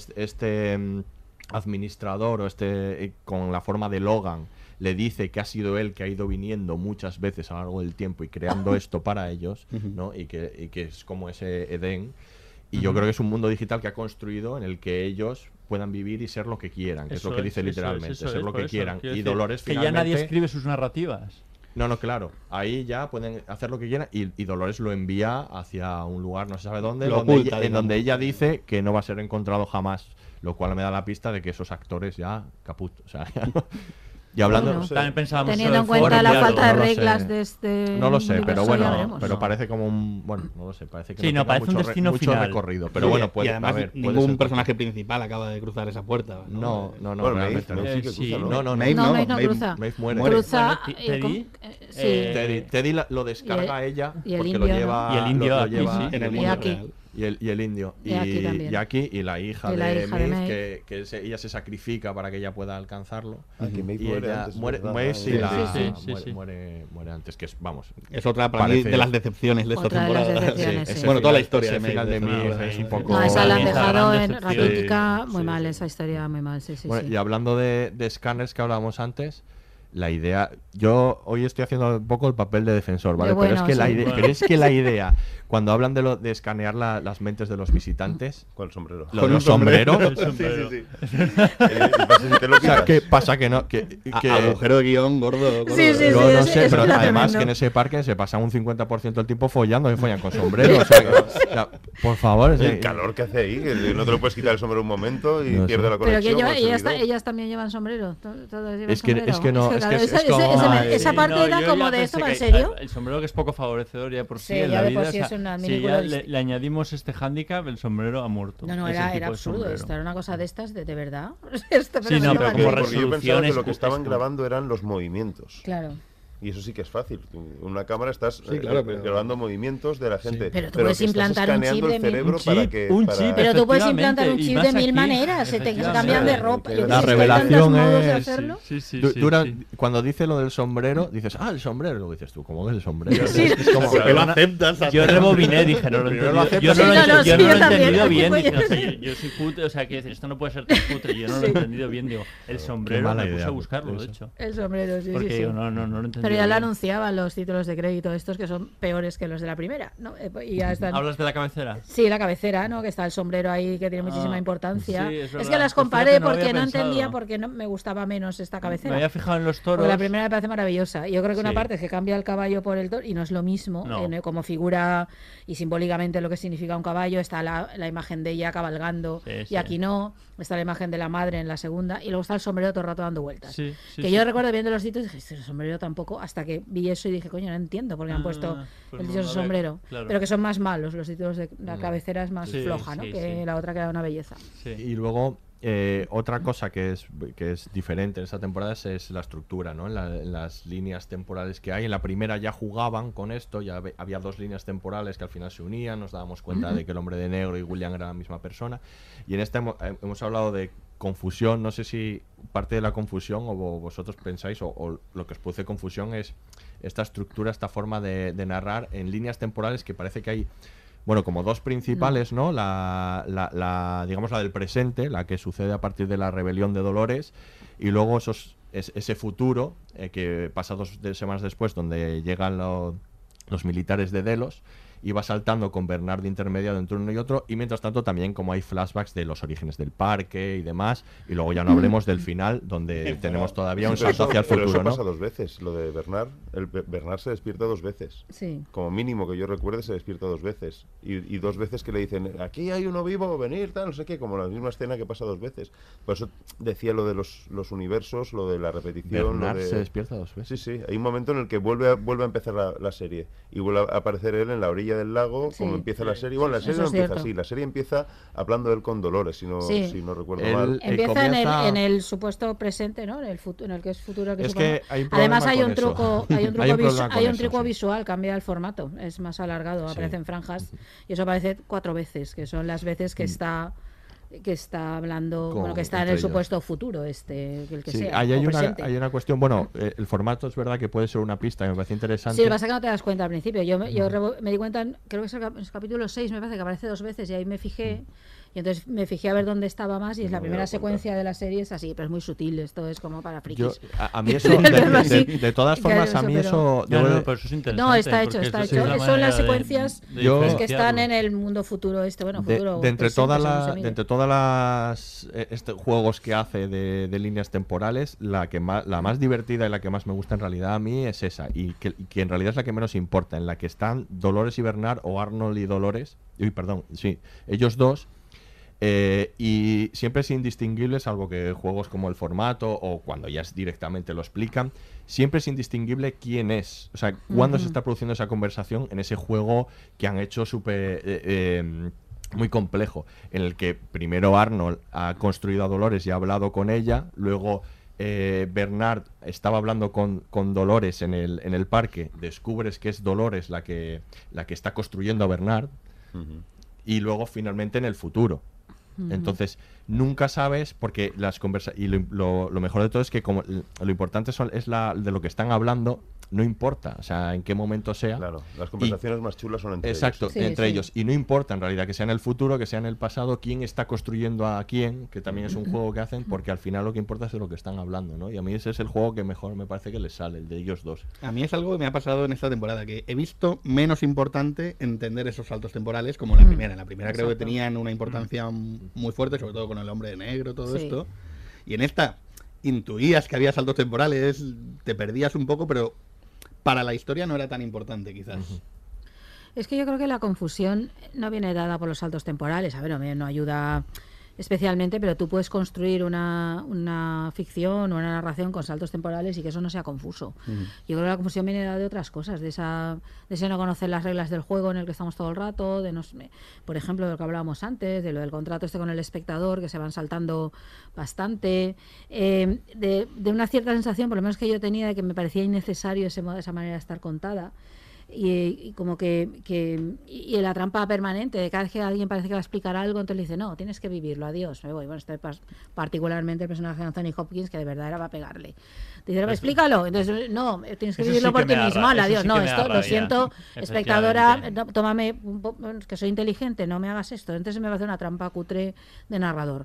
administrador con la forma de Logan le dice que ha sido él que ha ido viniendo muchas veces a lo largo del tiempo y creando esto para ellos, ¿no? Y que es como ese Edén. Y yo creo que es un mundo digital que ha construido en el que ellos puedan vivir y ser lo que quieran, que es lo que dice literalmente, ser lo que quieran. Y Dolores finalmente... Que ya nadie escribe sus narrativas. No, claro. Ahí ya pueden hacer lo que quieran y Dolores lo envía hacia un lugar, no se sabe dónde, donde ella dice que no va a ser encontrado jamás, lo cual me da la pista de que esos actores ya caput. O sea, ya no. Y hablando, Bueno, también pensábamos teniendo en cuenta la falta de reglas de este no lo sé, pero universo, ya bueno, veremos. pero parece como un, bueno, no lo sé, parece que Sí, no, tenga parece un destino mucho final. recorrido, pero bueno, puede, y además a ver, puede ningún ser. personaje principal acaba de cruzar esa puerta. No, Bueno, realmente no. Maeve sí que cruza, ¿no? No, Maeve Maeve no Maeve cruza. Maeve muere. Cruza Bueno, sí. Teddy lo descarga a ella y el porque indio, lo lleva, ¿no? Y el indio lo aquí, lleva sí. En el Y mundo aquí. real. y el indio Y aquí también. Jackie y la hija Y la de hija de Maeve, Maeve. ella se sacrifica para que ella pueda alcanzarlo. Que Maeve Y muere ella antes, muere, ¿verdad? muere, Sí, muere antes, que es, vamos, Es otra para mí parece- de las decepciones de esta Otra de las temporada. decepciones, sí. ese Bueno, toda la final- historia ese de final de Maeve, Maeve es un poco... No, esa la han Esa dejado gran en decepción. Raquítica muy Sí, mal, sí. esa historia muy mal, sí. Bueno, y hablando de escáneres que hablábamos antes, la idea, yo hoy estoy haciendo un poco el papel de defensor, ¿vale? Bueno, pero es que sí. la idea, pero es que la idea, cuando hablan de escanear las mentes de los visitantes, ¿Cuál sombrero? lo de los sombreros, Sí. ¿Y pasa si te lo o sea, quitas? ¿qué pasa? Que no, que Agujero de guión gordo. Sí, sí, yo no es- sé, es pero tremendo. además que en ese parque se pasa un 50% del tiempo follando y follan con sombrero. O sea, por favor, El calor que hace ahí, que no te lo puedes quitar el sombrero un momento y No sé. pierde la Pero conexión. que con el servidor. ellas también llevan sombrero. Todas llevan Es que sombrero. no, claro, es como- esa parte era yo como ya de pensé esto, que ¿en serio? El sombrero que es poco favorecedor ya por sí, Sí, en ya la de por vida. sí o es sea, una si minúscula ya dist- le añadimos este hándicap, el sombrero ha muerto. No, Ese era tipo de absurdo sombrero. esto, era una cosa de estas, de verdad. Esto, Sí, no, me pero vale. como Porque yo pensaba que lo que resoluciones, estaban esto. grabando eran los movimientos. Claro. Y eso sí que es fácil. En una cámara estás Sí, claro, pero- grabando movimientos de la gente. Pero tú puedes que estás implantar un escaneando chip el de cerebro un para chip, que... un para- chip, Pero tú puedes implantar un efectivamente, y chip más de mil aquí, maneras, se te efectivamente. cambian de ropa. Yo La qué sé, es que hay revelación tantos modos de es- hacerlo. Sí, Cuando dice lo del sombrero, dices, el sombrero, luego dices tú, ¿cómo que el sombrero? Sí. Es como, Porque lo aceptas. Yo rebobiné, dije, no lo he Primero lo entendido. Yo aceptas. no lo Sí, he no, sí, yo no lo yo he también. entendido bien. Pues Dije, ya o sea, yo soy puto, o sea, quiero decir, esto no puede ser tan putre. Yo no lo he entendido bien. Digo, el sombrero, mala me puse idea, a buscarlo, de eso. hecho. El sombrero, sí, Porque sí, sí. yo no lo he entendido. Pero ya lo bien. anunciaban los títulos de crédito estos que son peores que los de la primera, ¿no? Y ya están... ¿Hablas de la cabecera? Sí, la cabecera, ¿no? Que está el sombrero ahí que tiene muchísima importancia. sí, es es verdad. que las Pues comparé fíjate, no lo porque había no entendía pensado. por qué no me gustaba menos esta Me cabecera. había fijado en los toros. Porque la primera me parece maravillosa. Yo creo que una Sí. parte es que cambia el caballo por el toro y no es lo mismo No. como figura y simbólicamente lo que significa un caballo. Está la imagen de ella cabalgando Sí, y sí. aquí no. Está la imagen de la madre en la segunda y luego está el sombrero todo el rato dando vueltas. Sí, sí, que sí. yo recuerdo viendo los títulos y dije, el sombrero tampoco, hasta que vi eso y dije, coño, no entiendo por qué han puesto pues el no, dichoso a ver, sombrero. claro. Pero que son más malos, los títulos de la cabecera es más Sí, floja, ¿no? sí, Que sí. la otra que era una belleza. Sí. Y luego, otra cosa que es diferente en esta temporada es la estructura, ¿no? En las líneas temporales que hay. En la primera ya jugaban con esto, ya había dos líneas temporales que al final se unían, nos dábamos cuenta de que el hombre de negro y William eran la misma persona. Y en esta hemos hablado de confusión, no sé si parte de la confusión o vosotros pensáis, o lo que os produce confusión es esta estructura, esta forma de narrar en líneas temporales que parece que hay... Bueno, como dos principales, ¿no? Digamos la del presente, la que sucede a partir de la rebelión de Dolores, y luego ese futuro que pasa 2 semanas después, donde llegan los militares de Delos, y va saltando con Bernard de intermediado entre uno y otro, y mientras tanto también como hay flashbacks de los orígenes del parque y demás, y luego ya no hablemos del final, donde tenemos todavía un Pero salto hacia el pero futuro, eso pasa ¿no? 2 veces, lo de Bernard. Bernard se despierta 2 veces. Sí. Como mínimo que yo recuerde, se despierta 2 veces. Y 2 veces que le dicen, aquí hay uno vivo, venir, tal, no sé qué, como la misma escena que pasa 2 veces. Por eso decía lo de los universos, lo de la repetición. Bernard lo de... se despierta 2 veces. Sí, sí, hay un momento en el que vuelve a empezar la serie. Y vuelve a aparecer él en la orilla del lago, Sí. como empieza la serie. Bueno, la serie Eso no es empieza cierto. así, la serie empieza hablando de él con Dolores, si no recuerdo mal. Empieza comienza- en el supuesto presente, ¿no? En el que es futuro. Que Es supongo. que hay un Además problema hay con un eso. truco, Hay un problema con eso, sí. visual, cambia el formato, es más alargado, Sí. aparecen franjas y eso aparece 4 veces, que son las veces que está hablando, Con- bueno, que está en entre el ellos. supuesto futuro, el que Sí, sea, ahí o hay presente. hay una cuestión, bueno, el formato es verdad que puede ser una pista, me parece interesante. Sí, lo que pasa es que no te das cuenta al principio. Yo me di cuenta, creo que es en el capítulo 6, me parece que aparece 2 veces y ahí me fijé. Y Y entonces me fijé a ver dónde estaba más y es la No me primera he dado cuenta. secuencia de la serie, es así, pero es muy sutil, esto es como para frikis. A mí eso, de todas formas, a mí eso... pero eso es interesante. No, está hecho, porque está eso es hecho. la Son las manera secuencias de que están diferenciarlo. en el mundo futuro futuro. De entre presente, todas según se mire. de entre todas las juegos que hace de líneas temporales, la más divertida y la que más me gusta en realidad a mí es esa, y que en realidad es la que menos importa, en la que están Dolores y Bernard, o Arnold y Dolores, ellos dos, y siempre es indistinguible, salvo que juegos como el formato o cuando ya directamente lo explican, siempre es indistinguible quién es, o sea, cuándo se está produciendo esa conversación en ese juego que han hecho muy complejo, en el que primero Arnold ha construido a Dolores y ha hablado con ella, luego Bernard estaba hablando con Dolores en el parque, descubres que es Dolores la que está construyendo a Bernard, y luego finalmente en el futuro. Entonces nunca sabes, porque las conversaciones, y lo mejor de todo es que como lo importante es de lo que están hablando, no importa, o sea, en qué momento sea. Claro, las conversaciones más chulas son entre ellos. Exacto, entre ellos. Y no importa en realidad que sea en el futuro, que sea en el pasado, quién está construyendo a quién, que también es un juego que hacen, porque al final lo que importa es de lo que están hablando, ¿no? Y a mí ese es el juego que mejor me parece que les sale, el de ellos dos. A mí es algo que me ha pasado en esta temporada, que he visto menos importante entender esos saltos temporales como en la primera. En la primera creo que tenían una importancia muy fuerte, sobre todo con el hombre de negro, todo esto. Y en esta intuías que había saltos temporales, te perdías un poco, pero para la historia no era tan importante, quizás. Es que yo creo que la confusión no viene dada por los saltos temporales. A ver, no ayuda especialmente, pero tú puedes construir una ficción o una narración con saltos temporales y que eso no sea confuso. Yo creo que la confusión viene dada de otras cosas, de ese no conocer las reglas del juego en el que estamos todo el rato, por ejemplo, de lo que hablábamos antes, de lo del contrato con el espectador, que se van saltando bastante, de una cierta sensación, por lo menos que yo tenía, de que me parecía innecesario esa manera de estar contada. Y como y la trampa permanente de cada vez que alguien parece que va a explicar algo, entonces le dice, no, tienes que vivirlo, adiós, me voy. Bueno, particularmente el personaje de Anthony Hopkins, que de verdad era para pegarle. Dice, no, explícalo, entonces no, tienes que vivirlo por ti mismo, adiós, no, esto lo siento, espectadora, no, tómame, que soy inteligente, no me hagas esto, entonces me va a hacer una trampa cutre de narrador.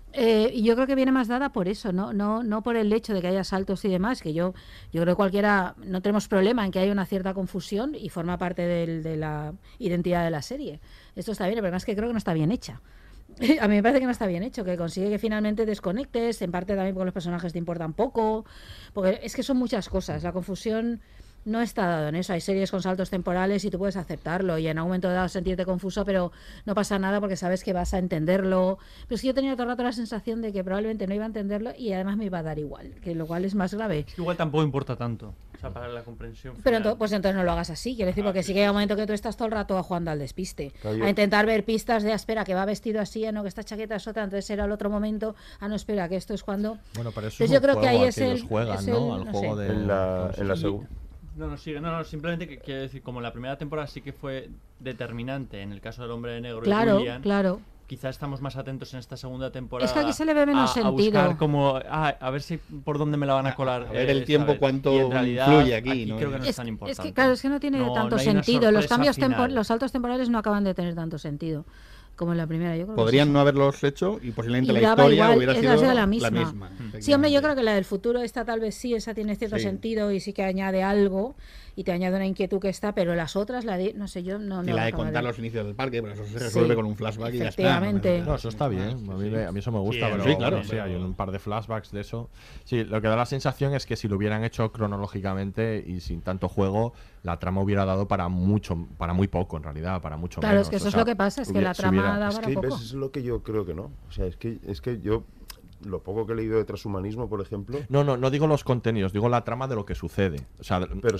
Y yo creo que viene más dada por eso, no por el hecho de que haya saltos y demás, que yo creo que cualquiera, no tenemos problema en que haya una cierta confusión y forma parte de la identidad de la serie. Esto está bien, pero además que creo que no está bien hecha. A mí me parece que no está bien hecho, que consigue que finalmente desconectes, en parte también porque los personajes te importan poco, porque es que son muchas cosas, la confusión no está dado en eso. Hay series con saltos temporales y tú puedes aceptarlo y en algún momento dado sentirte confuso, pero no pasa nada porque sabes que vas a entenderlo. Pero es que yo tenía todo el rato la sensación de que probablemente no iba a entenderlo y además me iba a dar igual, que lo cual es más grave. Es que igual tampoco importa tanto, o sea, para la comprensión final. Pero pues entonces no lo hagas así, quiero decir, porque sí que hay un momento que tú estás todo el rato jugando al despiste, a intentar ver pistas de, espera, que va vestido así, no, que esta chaqueta es otra, entonces era el otro momento, no, espera, que esto es cuando... Bueno, pero eso entonces yo creo que ahí es ellos juegan, ¿no? Al juego de... En la segunda... No, simplemente que quiero decir, como la primera temporada sí que fue determinante en el caso del hombre de negro claro, y Julian, claro. Quizás estamos más atentos en esta segunda temporada. Es que aquí se le ve menos sentido. A buscar como, a ver si por dónde me la van a colar. A ver el tiempo cuánto influye aquí, ¿no? Creo que no es tan importante. Es que claro, es que no tiene tanto sentido. Los cambios los saltos temporales no acaban de tener tanto sentido como en la primera. Yo creo podrían que no haberlos hecho y posiblemente y la historia igual, hubiera sido la misma. Sí, hombre, yo creo que la del futuro esta tal vez sí, esa tiene cierto sentido y sí que añade algo y te añade una inquietud que está, pero las otras, no sé, yo no... Y la de contar los inicios del parque, pero eso se resuelve con un flashback y ya está. No, eso está bien, a mí eso me gusta, pero sí, claro, sí, hay un par de flashbacks de eso. Sí, lo que da la sensación es que si lo hubieran hecho cronológicamente y sin tanto juego, la trama hubiera dado para muy poco, en realidad, para mucho menos. Claro, es que eso es lo que pasa, es que la trama da para poco. Es lo que yo creo que no. O sea, es que yo... Lo poco que he leído de transhumanismo, por ejemplo... No digo los contenidos, digo la trama de lo que sucede. O sea, pero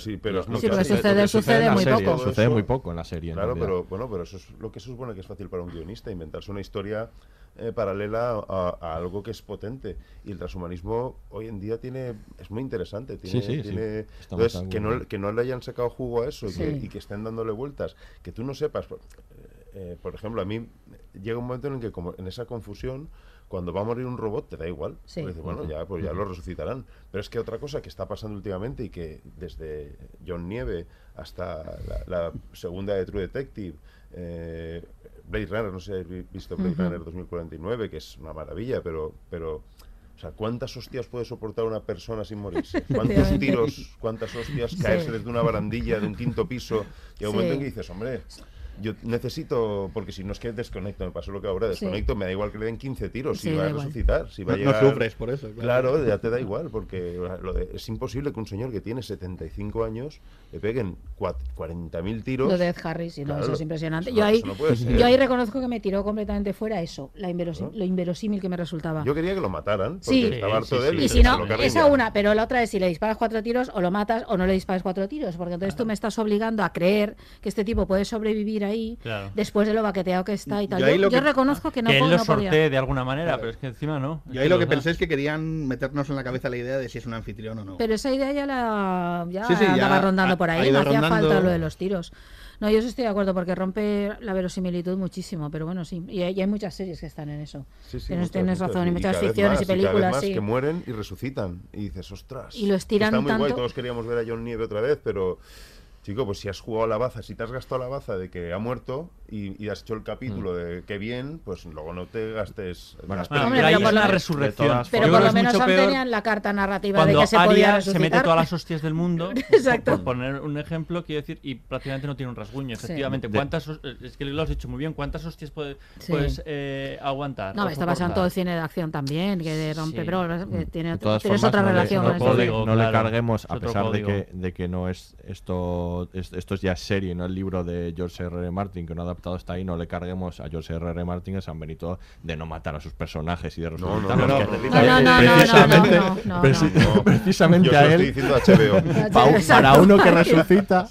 sucede muy poco. Sucede muy poco en la serie. Claro, pero eso es lo que se supone que es fácil para un guionista, inventarse una historia paralela a algo que es potente. Y el transhumanismo hoy en día es muy interesante. Entonces, que no le hayan sacado jugo a eso y que estén dándole vueltas, que tú no sepas... por ejemplo, a mí llega un momento en el que como en esa confusión, cuando va a morir un robot te da igual. Sí. Dices, bueno, ya, pues ya lo resucitarán. Pero es que otra cosa que está pasando últimamente y que desde John Nieve hasta la segunda de True Detective, Blade Runner, no sé si habéis visto Blade Runner 2049, que es una maravilla, pero o sea, ¿cuántas hostias puede soportar una persona sin morirse? ¿Cuántos tiros, cuántas hostias caerse desde una barandilla de un 5º piso? Y hay un momento en que dices, hombre, yo necesito, porque si no es que desconecto, me pasó lo que ahora, desconecto, me da igual que le den 15 tiros, si va a resucitar, si va a llegar... No sufres por eso, Claro, ya te da igual, porque es imposible que un señor que tiene 75 años le peguen 40.000 tiros. Lo de Ed Harris, y no, claro, eso es impresionante. Eso yo no ahí reconozco que me tiró completamente fuera eso, lo inverosímil que me resultaba. Yo quería que lo mataran, porque estaba harto de él. Y si no, esa una, pero la otra es si le disparas 4 tiros, o lo matas o no le disparas 4 tiros, porque entonces tú me estás obligando a creer que este tipo puede sobrevivir ahí. Claro. Después de lo baqueteado que está y tal. Yo reconozco que no él podía. lo sortee de alguna manera, pero es que encima no. Yo ahí lo que pensé es que querían meternos en la cabeza la idea de si es un anfitrión o no. Pero esa idea ya Sí, andaba rondando por ahí, me hacía rondando... falta lo de los tiros. No, yo estoy de acuerdo porque rompe la verosimilitud muchísimo, pero bueno, sí. Y hay muchas series que están en eso. Tienes razón, y muchas ficciones y películas, cada vez más sí. que mueren y resucitan. Y dices, ostras. Y lo estiran está muy tanto. Guay, todos queríamos ver a John Nieve otra vez, pero... Chico, pues si has jugado la baza, si te has gastado la baza de que ha muerto y has hecho el capítulo de qué bien, pues luego no te gastes... Bueno, hombre, pero por la resurrección. Pero por lo menos tenían la carta narrativa de que se podía resucitar. Se mete todas las hostias del mundo, Exacto. por poner un ejemplo, quiero decir, y prácticamente no tiene un rasguño, efectivamente. Es que lo has dicho muy bien, ¿cuántas hostias puedes aguantar? No, está pasando todo el cine de acción también, que rompe, pero tienes otra relación con esto. No le carguemos, a pesar de que no es esto es ya serie, no el libro de George R.R. Martin que no ha adaptado hasta ahí, no le carguemos a George R.R. Martin en San Benito de no matar a sus personajes y de resucitarlos. Precisamente a él, para uno que resucita,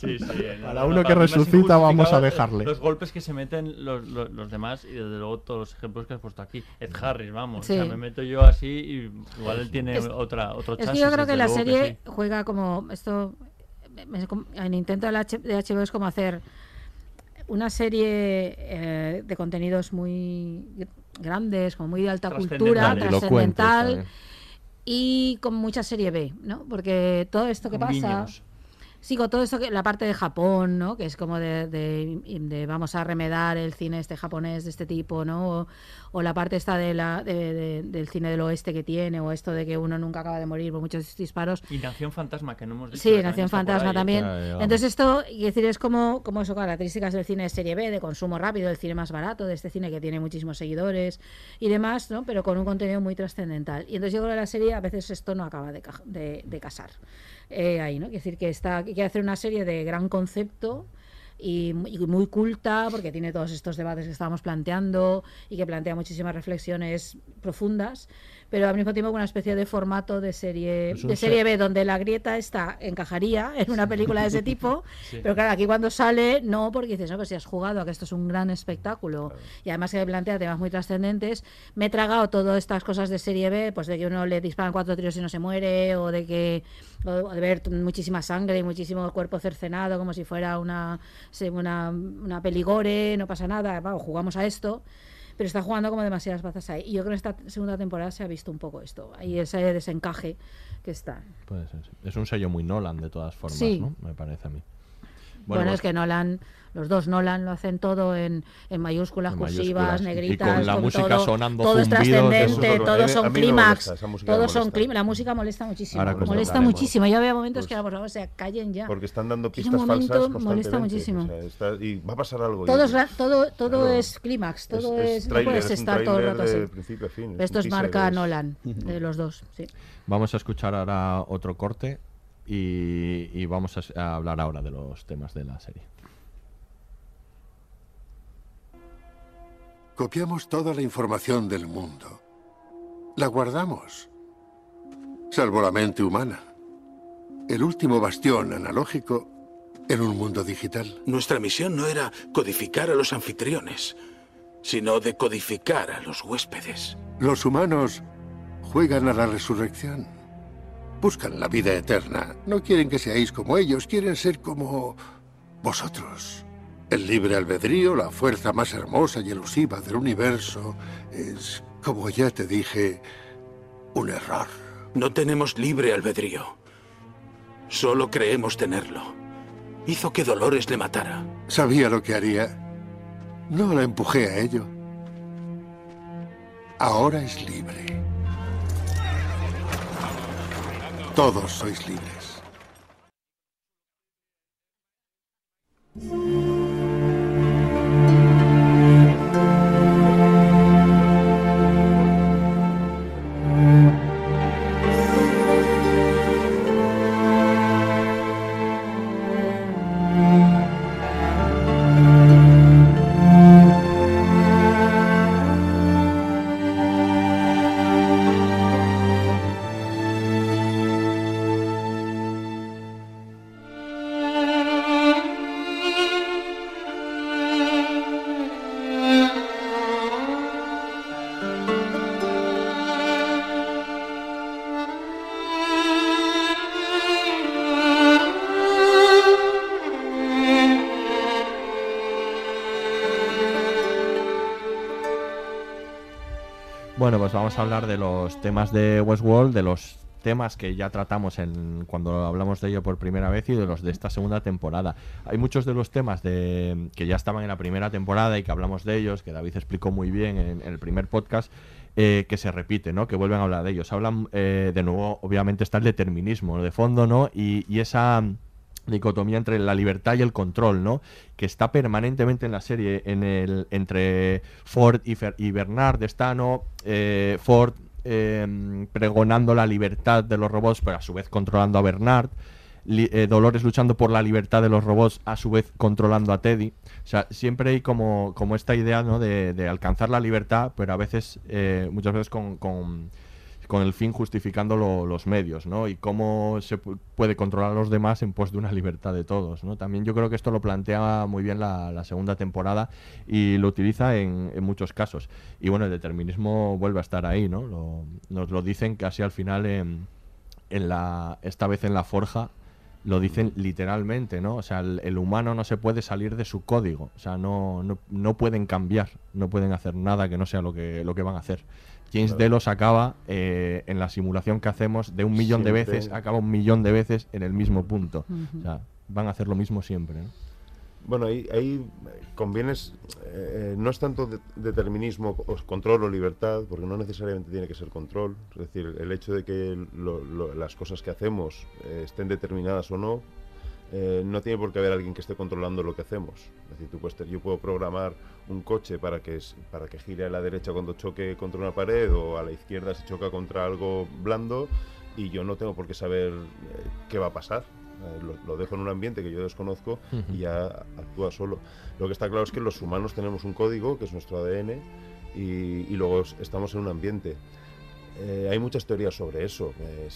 vamos a dejarle. Los golpes que se meten los demás y desde luego todos los ejemplos que has puesto aquí. Ed Harris, vamos, o sea, me meto yo así y igual él tiene otro chasis. Es que yo creo que la serie juega como esto. El intento de HBO es como hacer una serie de contenidos muy grandes, como muy de alta cultura, trascendental y con mucha serie B, ¿no? Porque todo esto que pasa... Sigo todo esto, la parte de Japón, ¿no? Que es como de vamos a remedar el cine japonés de este tipo, ¿no? O la parte esta del cine del oeste que tiene, o esto de que uno nunca acaba de morir por muchos disparos. Y Nación Fantasma, que no hemos dicho. Sí, Nación Fantasma también. Entonces esto, quiero decir, es como eso, características del cine de serie B, de consumo rápido, del cine más barato, de este cine que tiene muchísimos seguidores y demás, ¿no? Pero con un contenido muy trascendental. Y entonces yo creo que la serie a veces esto no acaba de casar. Ahí, ¿no? Quiere decir que quiere hacer una serie de gran concepto y muy culta, porque tiene todos estos debates que estábamos planteando y que plantea muchísimas reflexiones profundas, pero al mismo tiempo con una especie de formato de serie B, donde la grieta encajaría en una película de ese tipo, pero claro, aquí cuando sale, no, porque dices, no, pues si has jugado a que esto es un gran espectáculo, y además que plantea temas muy trascendentes, me he tragado todas estas cosas de serie B, pues de que uno le disparan 4 tiros y no se muere, o de ver muchísima sangre y muchísimo cuerpo cercenado, como si fuera una peligore, no pasa nada, jugamos a esto. Pero está jugando como demasiadas bazas ahí. Y yo creo que en esta segunda temporada se ha visto un poco esto. Ahí ese desencaje que está. Puede ser, sí. Es un sello muy Nolan, de todas formas, ¿no? Me parece a mí. Bueno, es que los dos Nolan lo hacen todo en mayúsculas, cursivas, negritas. Y con la música todo, sonando todo zumbidos, es trascendente, todos son clímax. Todos son clímax. La música molesta muchísimo. Molesta. Yo había momentos que era, por favor, callen ya. Porque están dando pistas falsas. Molesta muchísimo. Y va a pasar algo. Todo es clímax. Todo es. No puedes estar todo el rato así. Esto es marca Nolan, de los dos. Sí. Vamos a escuchar ahora otro corte. Y vamos a hablar ahora de los temas de la serie. Copiamos toda la información del mundo. La guardamos. Salvo la mente humana. El último bastión analógico en un mundo digital. Nuestra misión no era codificar a los anfitriones, sino decodificar a los huéspedes. Los humanos juegan a la resurrección. Buscan la vida eterna. No quieren que seáis como ellos, quieren ser como vosotros. El libre albedrío, la fuerza más hermosa y elusiva del universo, es Como ya te dije, un error. No tenemos libre albedrío. Solo creemos tenerlo. Hizo que Dolores le matara. Sabía lo que haría. No la empujé a ello. Ahora es libre. Todos sois libres. Bueno, pues vamos a hablar de los temas de Westworld, de los temas que ya tratamos cuando hablamos de ello por primera vez y de los de esta segunda temporada. Hay muchos de los temas que ya estaban en la primera temporada y que hablamos de ellos, que David explicó muy bien en el primer podcast, que se repiten, ¿no? Que vuelven a hablar de ellos. Hablan, de nuevo, obviamente está el determinismo de fondo, ¿no? Y esa dicotomía entre la libertad y el control, ¿no? Que está permanentemente en la serie, entre Ford y Bernard, está, ¿no? Ford pregonando la libertad de los robots, pero a su vez controlando a Bernard. Dolores luchando por la libertad de los robots, a su vez controlando a Teddy. O sea, siempre hay como esta idea, ¿no? de alcanzar la libertad, pero a veces, muchas veces con el fin justificando los medios, ¿no? Y cómo se puede controlar a los demás en pos de una libertad de todos, ¿no? También yo creo que esto lo plantea muy bien la segunda temporada y lo utiliza en muchos casos. Y bueno, el determinismo vuelve a estar ahí, ¿no? Nos lo dicen casi al final esta vez en La Forja, lo dicen literalmente, ¿no? O sea, el humano no se puede salir de su código, o sea, no pueden cambiar, no pueden hacer nada que no sea lo que van a hacer. James Delos acaba en la simulación que hacemos de 1 millón de veces, acaba 1 millón de veces en el mismo punto. O sea, van a hacer lo mismo siempre, ¿no? Bueno, ahí conviene, no es tanto determinismo, o control o libertad, porque no necesariamente tiene que ser control. Es decir, el hecho de que las cosas que hacemos estén determinadas o no, no tiene por qué haber alguien que esté controlando lo que hacemos. Es decir, yo puedo programar un coche para que gire a la derecha cuando choque contra una pared o a la izquierda si choca contra algo blando, y yo no tengo por qué saber qué va a pasar. Lo dejo en un ambiente que yo desconozco y ya actúa solo. Lo que está claro es que los humanos tenemos un código, que es nuestro ADN, y luego estamos en un ambiente. Hay muchas teorías sobre eso.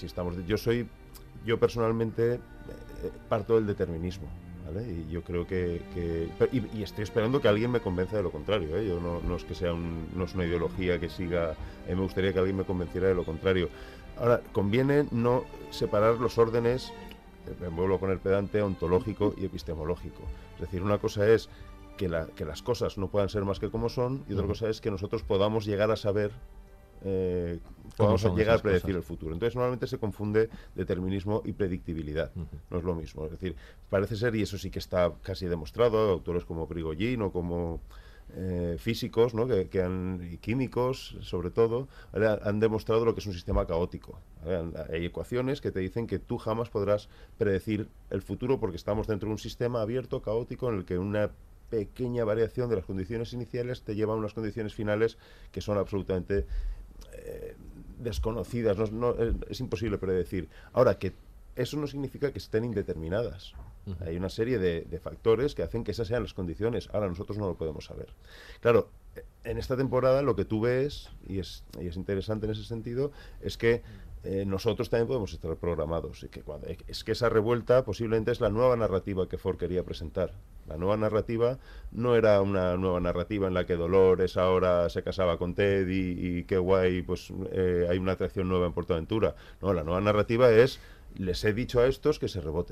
Yo personalmente parto del determinismo, ¿vale? Y yo creo y estoy esperando que alguien me convenza de lo contrario, ¿eh? Yo no es que no es una ideología que siga. Me gustaría que alguien me convenciera de lo contrario. Ahora, conviene no separar los órdenes, me vuelvo a poner pedante, ontológico y epistemológico. Es decir, una cosa es que las cosas no puedan ser más que como son, y otra cosa es que nosotros podamos llegar a saber, podamos llegar a predecir el futuro. Entonces normalmente se confunde determinismo y predictibilidad. No es lo mismo. Es decir, parece ser, y eso sí que está casi demostrado, autores como Prigogine o como físicos, ¿no? y químicos, sobre todo, ¿vale? Han demostrado lo que es un sistema caótico, ¿vale? Hay ecuaciones que te dicen que tú jamás podrás predecir el futuro porque estamos dentro de un sistema abierto, caótico, en el que una pequeña variación de las condiciones iniciales te lleva a unas condiciones finales que son absolutamente desconocidas. Es imposible predecir. Ahora, que eso no significa que estén indeterminadas. Hay una serie de factores que hacen que esas sean las condiciones. Ahora nosotros no lo podemos saber. Claro, en esta temporada lo que tú ves, y es interesante en ese sentido, es que nosotros también podemos estar programados. Es que esa revuelta posiblemente es la nueva narrativa que Ford quería presentar. La nueva narrativa no era una nueva narrativa en la que Dolores ahora se casaba con Ted y qué guay, pues hay una atracción nueva en PortAventura. No, la nueva narrativa es: les he dicho a estos que se reboten.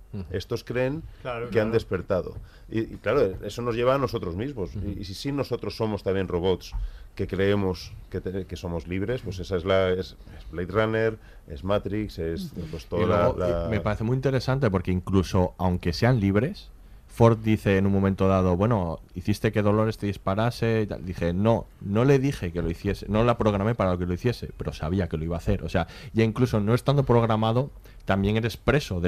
Estos creen que han despertado. Y claro, eso nos lleva a nosotros mismos. Y si nosotros somos también robots que creemos que somos libres, pues esa es Blade Runner, es Matrix, es pues toda y me parece muy interesante porque incluso aunque sean libres, Ford dice en un momento dado, bueno, hiciste que Dolores te disparase. Dije, no le dije que lo hiciese, no la programé para que lo hiciese, pero sabía que lo iba a hacer. O sea, ya incluso no estando programado, también eres preso de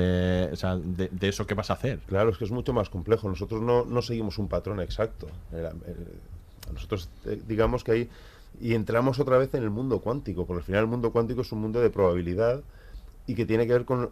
de eso que vas a hacer. Claro, es que es mucho más complejo. Nosotros no seguimos un patrón exacto. Nosotros digamos que ahí y entramos otra vez en el mundo cuántico, porque al final el mundo cuántico es un mundo de probabilidad y que tiene que ver con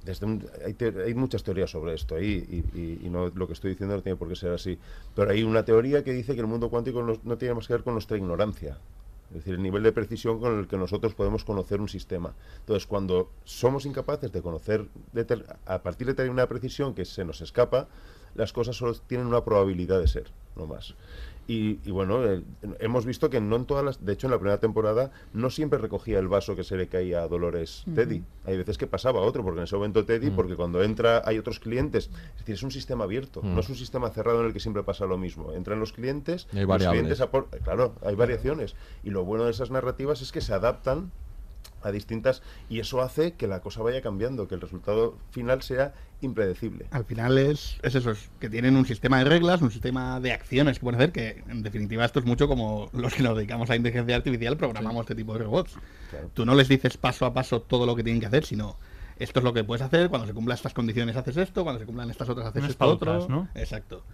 hay muchas teorías sobre esto ahí y no, lo que estoy diciendo no tiene por qué ser así, pero hay una teoría que dice que el mundo cuántico no tiene más que ver con nuestra ignorancia, es decir, el nivel de precisión con el que nosotros podemos conocer un sistema. Entonces, cuando somos incapaces de conocer a partir de tener una precisión que se nos escapa, las cosas solo tienen una probabilidad de ser, no más. Y bueno, hemos visto que no en todas las... De hecho, en la primera temporada no siempre recogía el vaso que se le caía a Dolores Teddy. Hay veces que pasaba a otro, porque en ese momento Teddy, porque cuando entra hay otros clientes. Es decir, es un sistema abierto, no es un sistema cerrado en el que siempre pasa lo mismo. Entran los clientes, hay variables. Claro, hay variaciones. Y lo bueno de esas narrativas es que se adaptan a distintas, y eso hace que la cosa vaya cambiando, que el resultado final sea impredecible. Al final es eso, es que tienen un sistema de reglas, un sistema de acciones que pueden hacer, que en definitiva esto es mucho como los que nos dedicamos a inteligencia artificial, programamos este tipo de robots. Claro. Tú no les dices paso a paso todo lo que tienen que hacer, sino esto es lo que puedes hacer, cuando se cumplan estas condiciones haces esto, cuando se cumplan estas otras haces esto otro, ¿no? Exacto.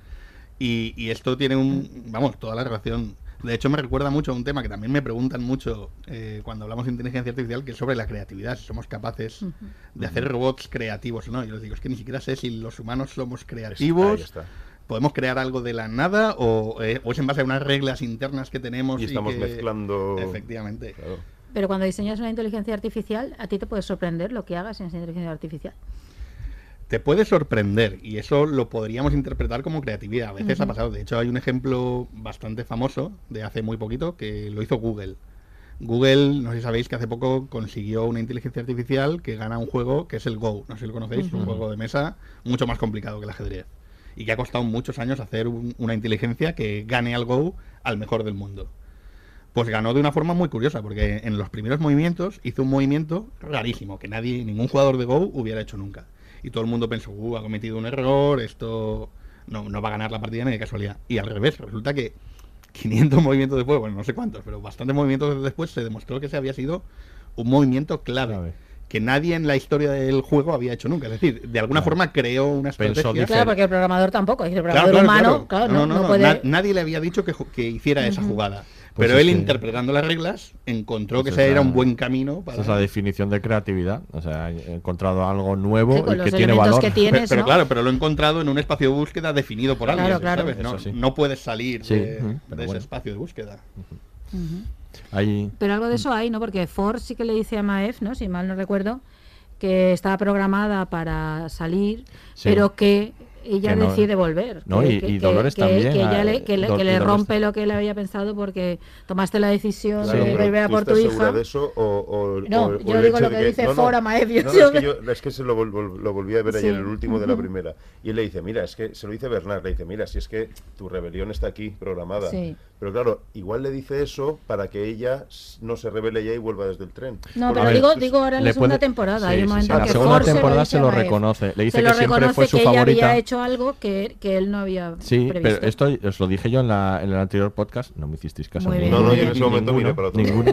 Y esto tiene toda la relación. De hecho, me recuerda mucho a un tema que también me preguntan mucho cuando hablamos de inteligencia artificial, que es sobre la creatividad, si somos capaces de hacer robots creativos o no. Yo les digo, es que ni siquiera sé si los humanos somos creativos, podemos crear algo de la nada o es en base a unas reglas internas que tenemos. Y estamos mezclando... Efectivamente. Claro. Pero cuando diseñas una inteligencia artificial, ¿a ti te puede sorprender lo que hagas en esa inteligencia artificial? Te puede sorprender y eso lo podríamos interpretar como creatividad. A veces ha pasado. De hecho, hay un ejemplo bastante famoso de hace muy poquito que lo hizo Google. Google, no sé si sabéis que hace poco consiguió una inteligencia artificial que gana un juego que es el Go. No sé si lo conocéis, un juego de mesa mucho más complicado que el ajedrez. Y que ha costado muchos años hacer una inteligencia que gane al Go al mejor del mundo. Pues ganó de una forma muy curiosa, porque en los primeros movimientos hizo un movimiento rarísimo, que ningún jugador de Go hubiera hecho nunca. Y todo el mundo pensó, ha cometido un error, esto no va a ganar la partida ni de casualidad. Y al revés, resulta que 500 movimientos después, bueno, no sé cuántos, pero bastantes movimientos después se demostró que ese había sido un movimiento clave. Que nadie en la historia del juego había hecho nunca. Es decir, de alguna forma creó una estrategia. Claro, porque el programador tampoco. El programador humano, no puede... Nadie le había dicho que hiciera esa jugada. Pues pero él, interpretando las reglas, encontró que ese era un buen camino para... Esa es la definición de creatividad. O sea, he encontrado algo nuevo y que tiene valor. Que tienes, pero claro, pero lo he encontrado en un espacio de búsqueda definido por alguien, ¿sabes? No puedes salir de ese espacio de búsqueda. Pero algo de eso hay, ¿no? Porque Ford sí que le dice a Maeve, ¿no? Si mal no recuerdo, que estaba programada para salir, pero que ella decide volver. Y Dolores también. Que le rompe lo que él había pensado porque tomaste la decisión de volver a por tu hija. De eso, yo digo lo que dice Ford a Maeve. Es que se lo volví a ver ayer en el último de la primera. Y él le dice, mira, es que se lo dice Bernard, le dice, mira, si es que tu rebelión está aquí programada. Sí. Pero claro, igual le dice eso para que ella no se rebele ya y vuelva desde el tren. No, pero digo ahora en la segunda temporada. Hay un momento en la segunda temporada se lo reconoce. Le dice que siempre fue su favorita. Ella había hecho algo que él no había previsto. Pero esto os lo dije yo en el anterior podcast. No me hicisteis caso. No, yo en ese momento miré para otro. Ninguno.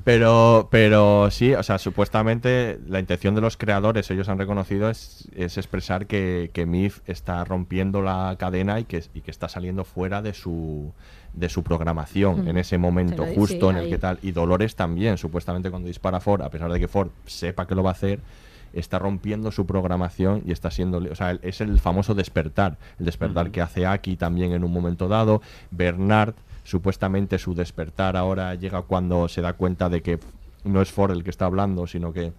Pero sí, o sea, supuestamente la intención de los creadores, ellos han reconocido, es expresar que Maeve está rompiendo la cadena y que está saliendo fuera de su programación en ese momento, justo en el que tal. Y Dolores también, supuestamente cuando dispara Ford, a pesar de que Ford sepa que lo va a hacer, está rompiendo su programación y está siendo... O sea, es el famoso despertar. El despertar que hace Aki también en un momento dado. Bernard, supuestamente su despertar ahora llega cuando se da cuenta de que no es Ford el que está hablando, sino que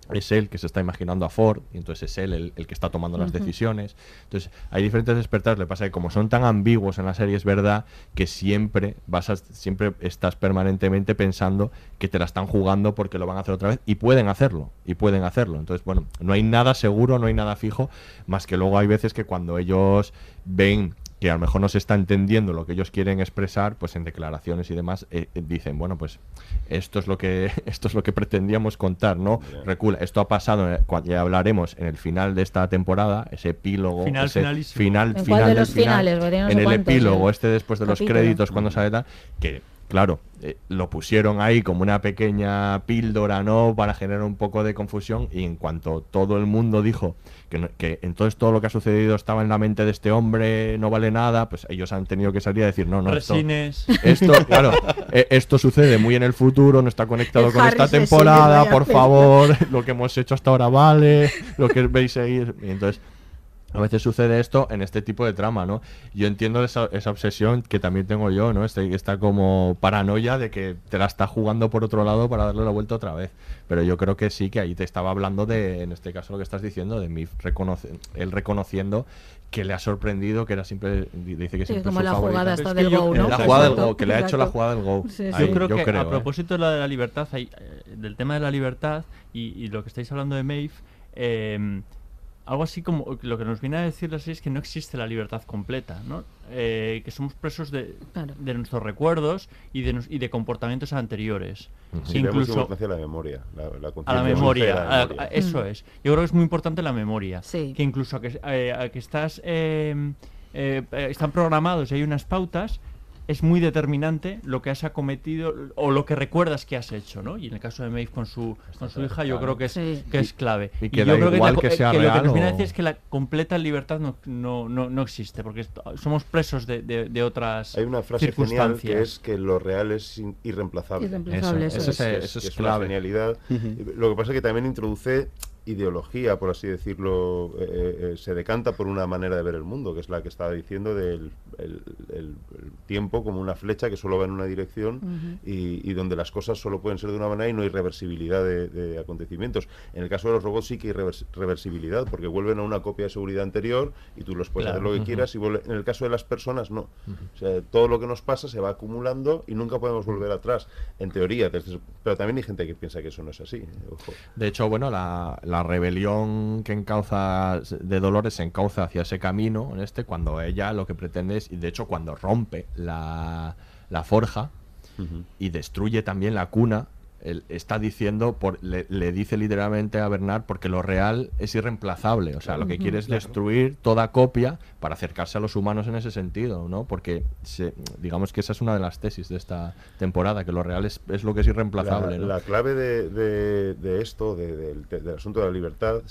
es él que se está imaginando a Ford, y entonces es él el que está tomando las decisiones. Entonces hay diferentes despertares. Le pasa que como son tan ambiguos en la serie, es verdad que siempre estás permanentemente pensando que te la están jugando porque lo van a hacer otra vez, y pueden hacerlo. Entonces, bueno, no hay nada seguro, no hay nada fijo, más que luego hay veces que cuando ellos ven que a lo mejor no se está entendiendo lo que ellos quieren expresar, pues en declaraciones y demás dicen, bueno, pues esto es lo que pretendíamos contar, ¿no? Recula, esto ha pasado, ya hablaremos en el final de esta temporada, ese epílogo, finalísimo. final de los finales, en el epílogo después de los créditos, cuando sale tal, que claro, lo pusieron ahí como una pequeña píldora, ¿no?, para generar un poco de confusión, y en cuanto todo el mundo dijo que entonces todo lo que ha sucedido estaba en la mente de este hombre, no vale nada, pues ellos han tenido que salir a decir, no, esto claro, esto sucede muy en el futuro, no está conectado con esta temporada, por favor, lo que hemos hecho hasta ahora vale, lo que veis seguir, y entonces a veces sucede esto en este tipo de trama, ¿no? Yo entiendo esa obsesión que también tengo yo, ¿no? Esta como paranoia de que te la está jugando por otro lado para darle la vuelta otra vez. Pero yo creo que sí, que ahí te estaba hablando de, en este caso lo que estás diciendo, de él reconociendo que le ha sorprendido, que era siempre, dice que siempre como su la favorita. jugada esta del Go, ¿no? La jugada del Go, que le ha hecho la jugada del Go. Sí, sí. Ahí, yo creo que a ¿eh? propósito de la libertad, del tema de la libertad y lo que estáis hablando de Maeve, algo así como lo que nos viene a decir así es que no existe la libertad completa, ¿no? Que somos presos de nuestros recuerdos y de comportamientos anteriores. Sí, incluso importancia a la memoria, a la memoria, eso es. Yo creo que es muy importante la memoria, sí. Que incluso a que estás están programados y hay unas pautas, es muy determinante lo que has acometido o lo que recuerdas que has hecho, ¿no? Y en el caso de Maeve con su hija, yo creo que es clave. Y que yo creo que sea lo que nos viene a o... decir es que la completa libertad no existe, porque somos presos de otras Hay una frase circunstancias. genial que es que lo real es irreemplazable. Eso es una genialidad. Lo que pasa es que también introduce ideología, por así decirlo, se decanta por una manera de ver el mundo, que es la que estaba diciendo del el tiempo como una flecha que solo va en una dirección y donde las cosas solo pueden ser de una manera y no hay reversibilidad de acontecimientos. En el caso de los robots sí que hay reversibilidad, porque vuelven a una copia de seguridad anterior y tú los puedes hacer lo que quieras, y en el caso de las personas no. O sea, todo lo que nos pasa se va acumulando y nunca podemos volver atrás, en teoría, pero también hay gente que piensa que eso no es así. Ojo. De hecho, bueno, la rebelión que encauza de Dolores se encauza hacia ese camino, cuando ella lo que pretende es, y de hecho cuando rompe la forja y destruye también la cuna, él está diciendo, le dice literalmente a Bernard, porque lo real es irreemplazable, o sea, lo que quiere es destruir toda copia para acercarse a los humanos en ese sentido, ¿no? Porque digamos que esa es una de las tesis de esta temporada, que lo real es lo que es irreemplazable, ¿no? La clave de esto, del asunto de la libertad,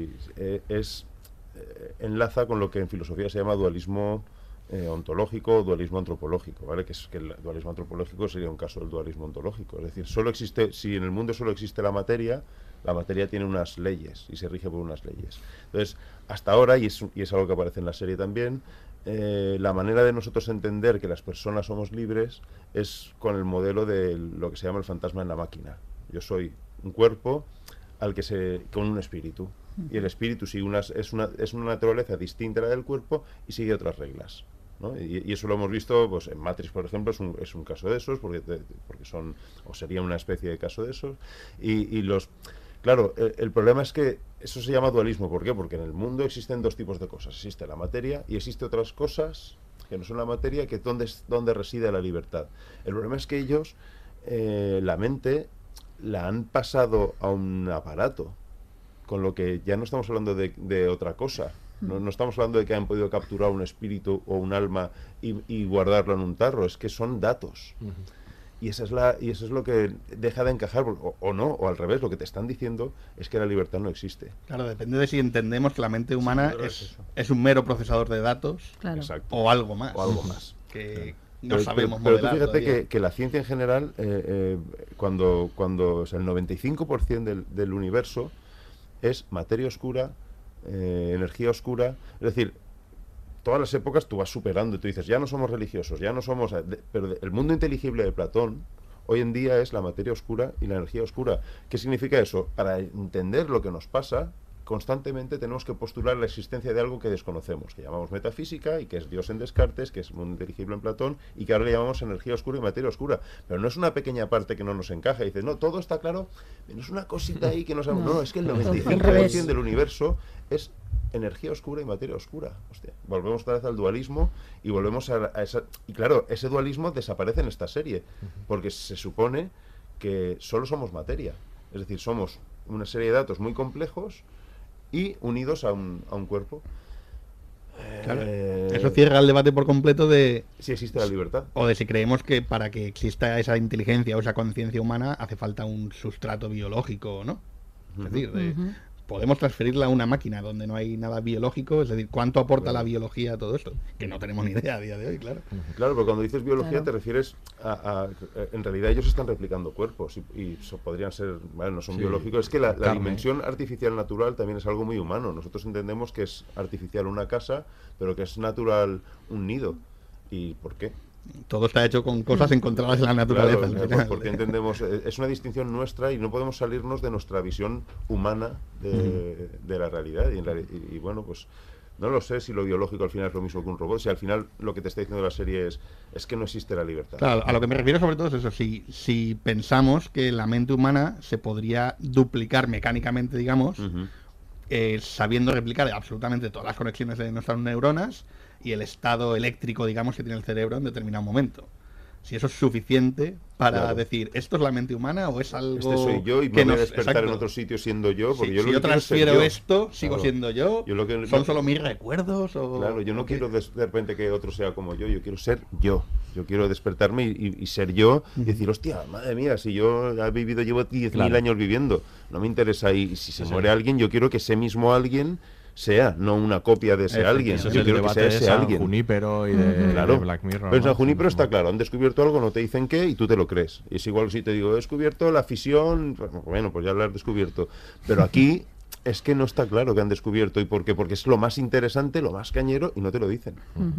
enlaza con lo que en filosofía se llama dualismo ontológico o dualismo antropológico, ¿vale? Que el dualismo antropológico sería un caso del dualismo ontológico, es decir, si en el mundo solo existe la materia tiene unas leyes y se rige por unas leyes. Entonces, hasta ahora, y es algo que aparece en la serie también, la manera de nosotros entender que las personas somos libres es con el modelo de lo que se llama el fantasma en la máquina. Yo soy un cuerpo con un espíritu, y el espíritu sigue es una naturaleza distinta a la del cuerpo y sigue otras reglas, ¿no? Y eso lo hemos visto, pues en Matrix, por ejemplo, es un caso de esos, porque sería una especie de caso de esos, claro, el problema es que eso se llama dualismo. ¿Por qué? Porque en el mundo existen dos tipos de cosas: existe la materia y existe otras cosas que no son la materia, que es donde reside la libertad. El problema es que ellos, la mente la han pasado a un aparato, con lo que ya no estamos hablando de otra cosa. No estamos hablando de que han podido capturar un espíritu o un alma y guardarlo en un tarro. Es que son datos. Y eso es lo que deja de encajar, o no, o al revés, lo que te están diciendo es que la libertad no existe. Claro, depende de si entendemos que la mente humana es un mero procesador de datos, claro, o algo más. Que no sabemos modelar. Pero tú fíjate que la ciencia en general, cuando o sea, el 95% del universo es materia oscura, energía oscura, es decir, todas las épocas tú vas superando y tú dices, ya no somos religiosos, ya no somos... Pero el mundo inteligible de Platón, hoy en día es la materia oscura y la energía oscura. ¿Qué significa eso? Para entender lo que nos pasa, constantemente tenemos que postular la existencia de algo que desconocemos, que llamamos metafísica y que es Dios en Descartes, que es mundo inteligible en Platón y que ahora le llamamos energía oscura y materia oscura. Pero no es una pequeña parte que no nos encaja. Y dices, no, todo está claro, menos una cosita ahí que no sabemos. No, es que el 95% del universo es energía oscura y materia oscura. Hostia, volvemos otra vez al dualismo y volvemos a esa... Y claro, ese dualismo desaparece en esta serie, porque se supone que solo somos materia. Es decir, somos una serie de datos muy complejos y unidos a un cuerpo. Claro. Eso cierra el debate por completo de si existe la libertad. O de si creemos que para que exista esa inteligencia o esa conciencia humana hace falta un sustrato biológico, ¿no? Es decir, podemos transferirla a una máquina donde no hay nada biológico, es decir, ¿cuánto aporta la biología a todo esto? Que no tenemos ni idea a día de hoy, claro. Claro, pero cuando dices biología te refieres a en realidad ellos están replicando cuerpos y podrían ser, bueno, no son biológicos. Es que la dimensión artificial natural también es algo muy humano. Nosotros entendemos que es artificial una casa, pero que es natural un nido. ¿Y por qué? Todo está hecho con cosas encontradas en la naturaleza. Claro, porque entendemos, es una distinción nuestra y no podemos salirnos de nuestra visión humana de la realidad. Y bueno, pues no lo sé si lo biológico al final es lo mismo que un robot. Si al final lo que te está diciendo la serie es que no existe la libertad. Claro, a lo que me refiero sobre todo es eso. Si pensamos que la mente humana se podría duplicar mecánicamente, digamos, sabiendo replicar absolutamente todas las conexiones de nuestras neuronas y el estado eléctrico, digamos, que tiene el cerebro en determinado momento. Si eso es suficiente para decir, ¿esto es la mente humana o es algo este soy yo y que me voy a despertar en otro sitio siendo yo? Porque yo si yo transfiero esto, sigo siendo yo. Lo ¿Son solo mis recuerdos? Claro, yo no quiero de repente que otro sea como yo quiero ser yo. Yo quiero despertarme y ser yo y decir, hostia, madre mía, si yo llevo 10.000 años viviendo, no me interesa. Y si se muere alguien, yo quiero que ese mismo alguien sea, no una copia de ese alguien. Yo quiero que sea ese alguien. San Junípero y de Black Mirror. Pero en San Junípero está claro, han descubierto algo, no te dicen qué y tú te lo crees. Y es igual si te digo, he descubierto la fisión, bueno, pues ya lo has descubierto. Pero aquí es que no está claro que han descubierto y por qué, porque es lo más interesante, lo más cañero y no te lo dicen.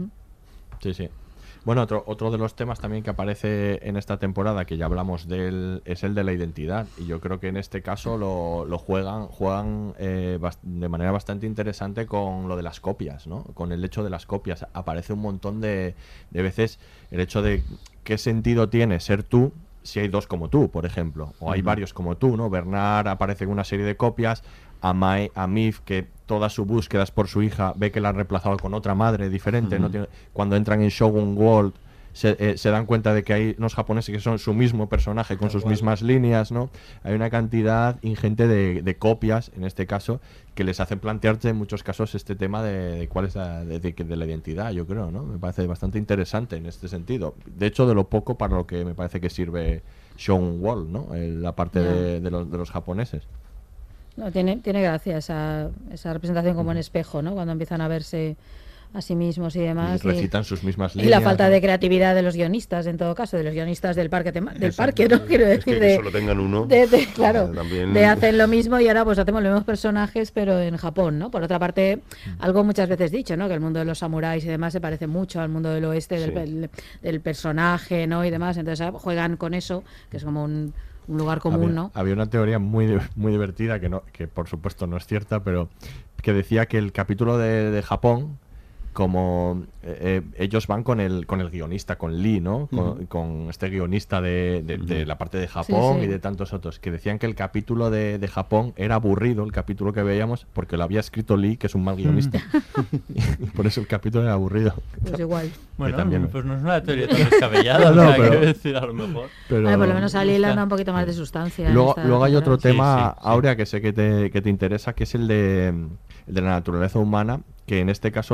Sí, sí. Bueno, otro de los temas también que aparece en esta temporada, que ya hablamos de él, es el de la identidad. Y yo creo que en este caso lo juegan de manera bastante interesante con lo de las copias, ¿no? Con el hecho de las copias. Aparece un montón de veces el hecho de qué sentido tiene ser tú si hay dos como tú, por ejemplo. O hay varios como tú, ¿no? Bernard aparece en una serie de copias. A Mif, que toda su búsqueda es por su hija, ve que la han reemplazado con otra madre diferente. ¿No? Cuando entran en Shogun World se dan cuenta de que hay unos japoneses que son su mismo personaje con sus mismas líneas, ¿no? Hay una cantidad ingente de copias, en este caso, que les hacen plantearse en muchos casos este tema de cuál es de la identidad, yo creo, ¿no? Me parece bastante interesante en este sentido. De hecho, de lo poco para lo que me parece que sirve Shogun World, ¿no? La parte de los japoneses. No, tiene gracia esa representación como en espejo, ¿no? Cuando empiezan a verse a sí mismos y demás. Y recitan sus mismas líneas. Y la falta de creatividad de los guionistas, en todo caso, de los guionistas del parque, ¿no? Quiero decir, que solo tengan uno. Claro, también... de hacen lo mismo y ahora pues hacemos los mismos personajes, pero en Japón, ¿no? Por otra parte, algo muchas veces dicho, ¿no? Que el mundo de los samuráis y demás se parece mucho al mundo del oeste, del personaje, ¿no? Y demás. Entonces juegan con eso, que es como un lugar común, ¿no? Había una teoría muy divertida que por supuesto no es cierta, pero que decía que el capítulo de Japón, como ellos van con el guionista, con Lee, ¿no? Con este guionista de la parte de Japón y de tantos otros, que decían que el capítulo de Japón era aburrido, el capítulo que veíamos, porque lo había escrito Lee, que es un mal guionista. Y por eso el capítulo era aburrido. Pues igual. Bueno, también... pues no es una teoría tan descabellada, no, pero quiero decir, a lo mejor. Pero por lo menos a Lee le da un poquito más de sustancia. Luego hay otro tema, Aurea, que sé que te interesa, que es el de la naturaleza humana, que en este caso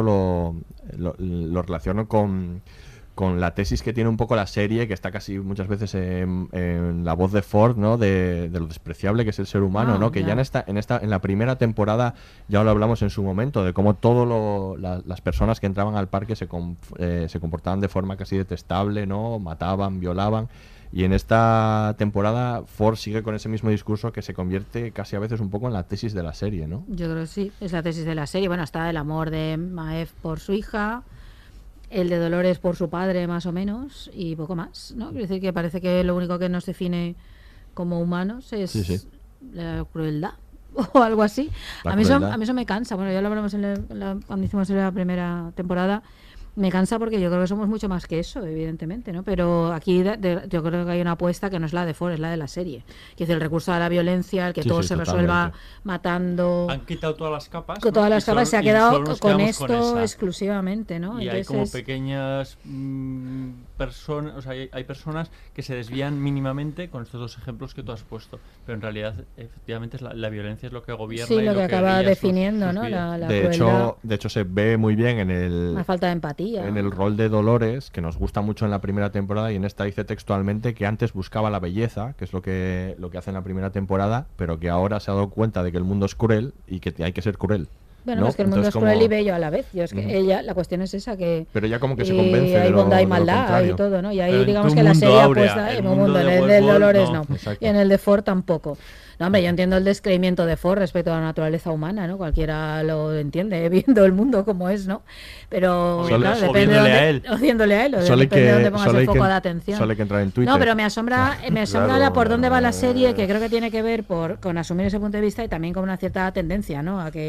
lo relaciono con la tesis que tiene un poco la serie, que está casi muchas veces en la voz de Ford, ¿no? De lo despreciable que es el ser humano, ¿no? Que ya en la primera temporada ya lo hablamos en su momento, de cómo las personas que entraban al parque se comportaban de forma casi detestable, ¿no? Mataban, violaban. Y en esta temporada Ford sigue con ese mismo discurso que se convierte casi a veces un poco en la tesis de la serie, ¿no? Yo creo que sí, es la tesis de la serie. Bueno, está el amor de Maef por su hija, el de Dolores por su padre más o menos y poco más, ¿no? Quiero decir que parece que lo único que nos define como humanos es la crueldad o algo así. A mí eso me cansa. Bueno, ya lo hablamos cuando hicimos la primera temporada. Me cansa porque yo creo que somos mucho más que eso, evidentemente, ¿no? Pero aquí yo creo que hay una apuesta que no es la de Ford, es la de la serie. Que es el recurso a la violencia, el que todo se resuelva matando. Han quitado todas las capas. Todas las capas, se ha quedado con esto exclusivamente, ¿no? Y entonces, hay como pequeñas personas, o sea, hay personas que se desvían mínimamente con estos dos ejemplos que tú has puesto. Pero en realidad, efectivamente, la violencia es lo que gobierna. Sí, y lo que acaba definiendo, ¿no? De hecho, se ve muy bien en la falta de empatía. En el rol de Dolores, que nos gusta mucho en la primera temporada, y en esta dice textualmente que antes buscaba la belleza, que es lo que hace en la primera temporada, pero que ahora se ha dado cuenta de que el mundo es cruel y que hay que ser cruel. Bueno, ¿no? Es que el mundo es cruel y bello a la vez. Yo es que ella, la cuestión es esa, que pero ella como que se convence hay bondad y maldad y todo, ¿no? Y ahí digamos que la serie apuesta en un mundo, en el de Dolores no. Y en el de Ford tampoco. No, hombre, yo entiendo el descreimiento de Ford respecto a la naturaleza humana, ¿no? Cualquiera lo entiende, viendo el mundo como es, ¿no? Pero, claro, depende de dónde... Odiándole a él, depende de dónde pongas el foco de atención. Solo hay que entrar en Twitter. No, pero me asombra por dónde va la serie, que creo que tiene que ver con asumir ese punto de vista y también con una cierta tendencia, ¿no? A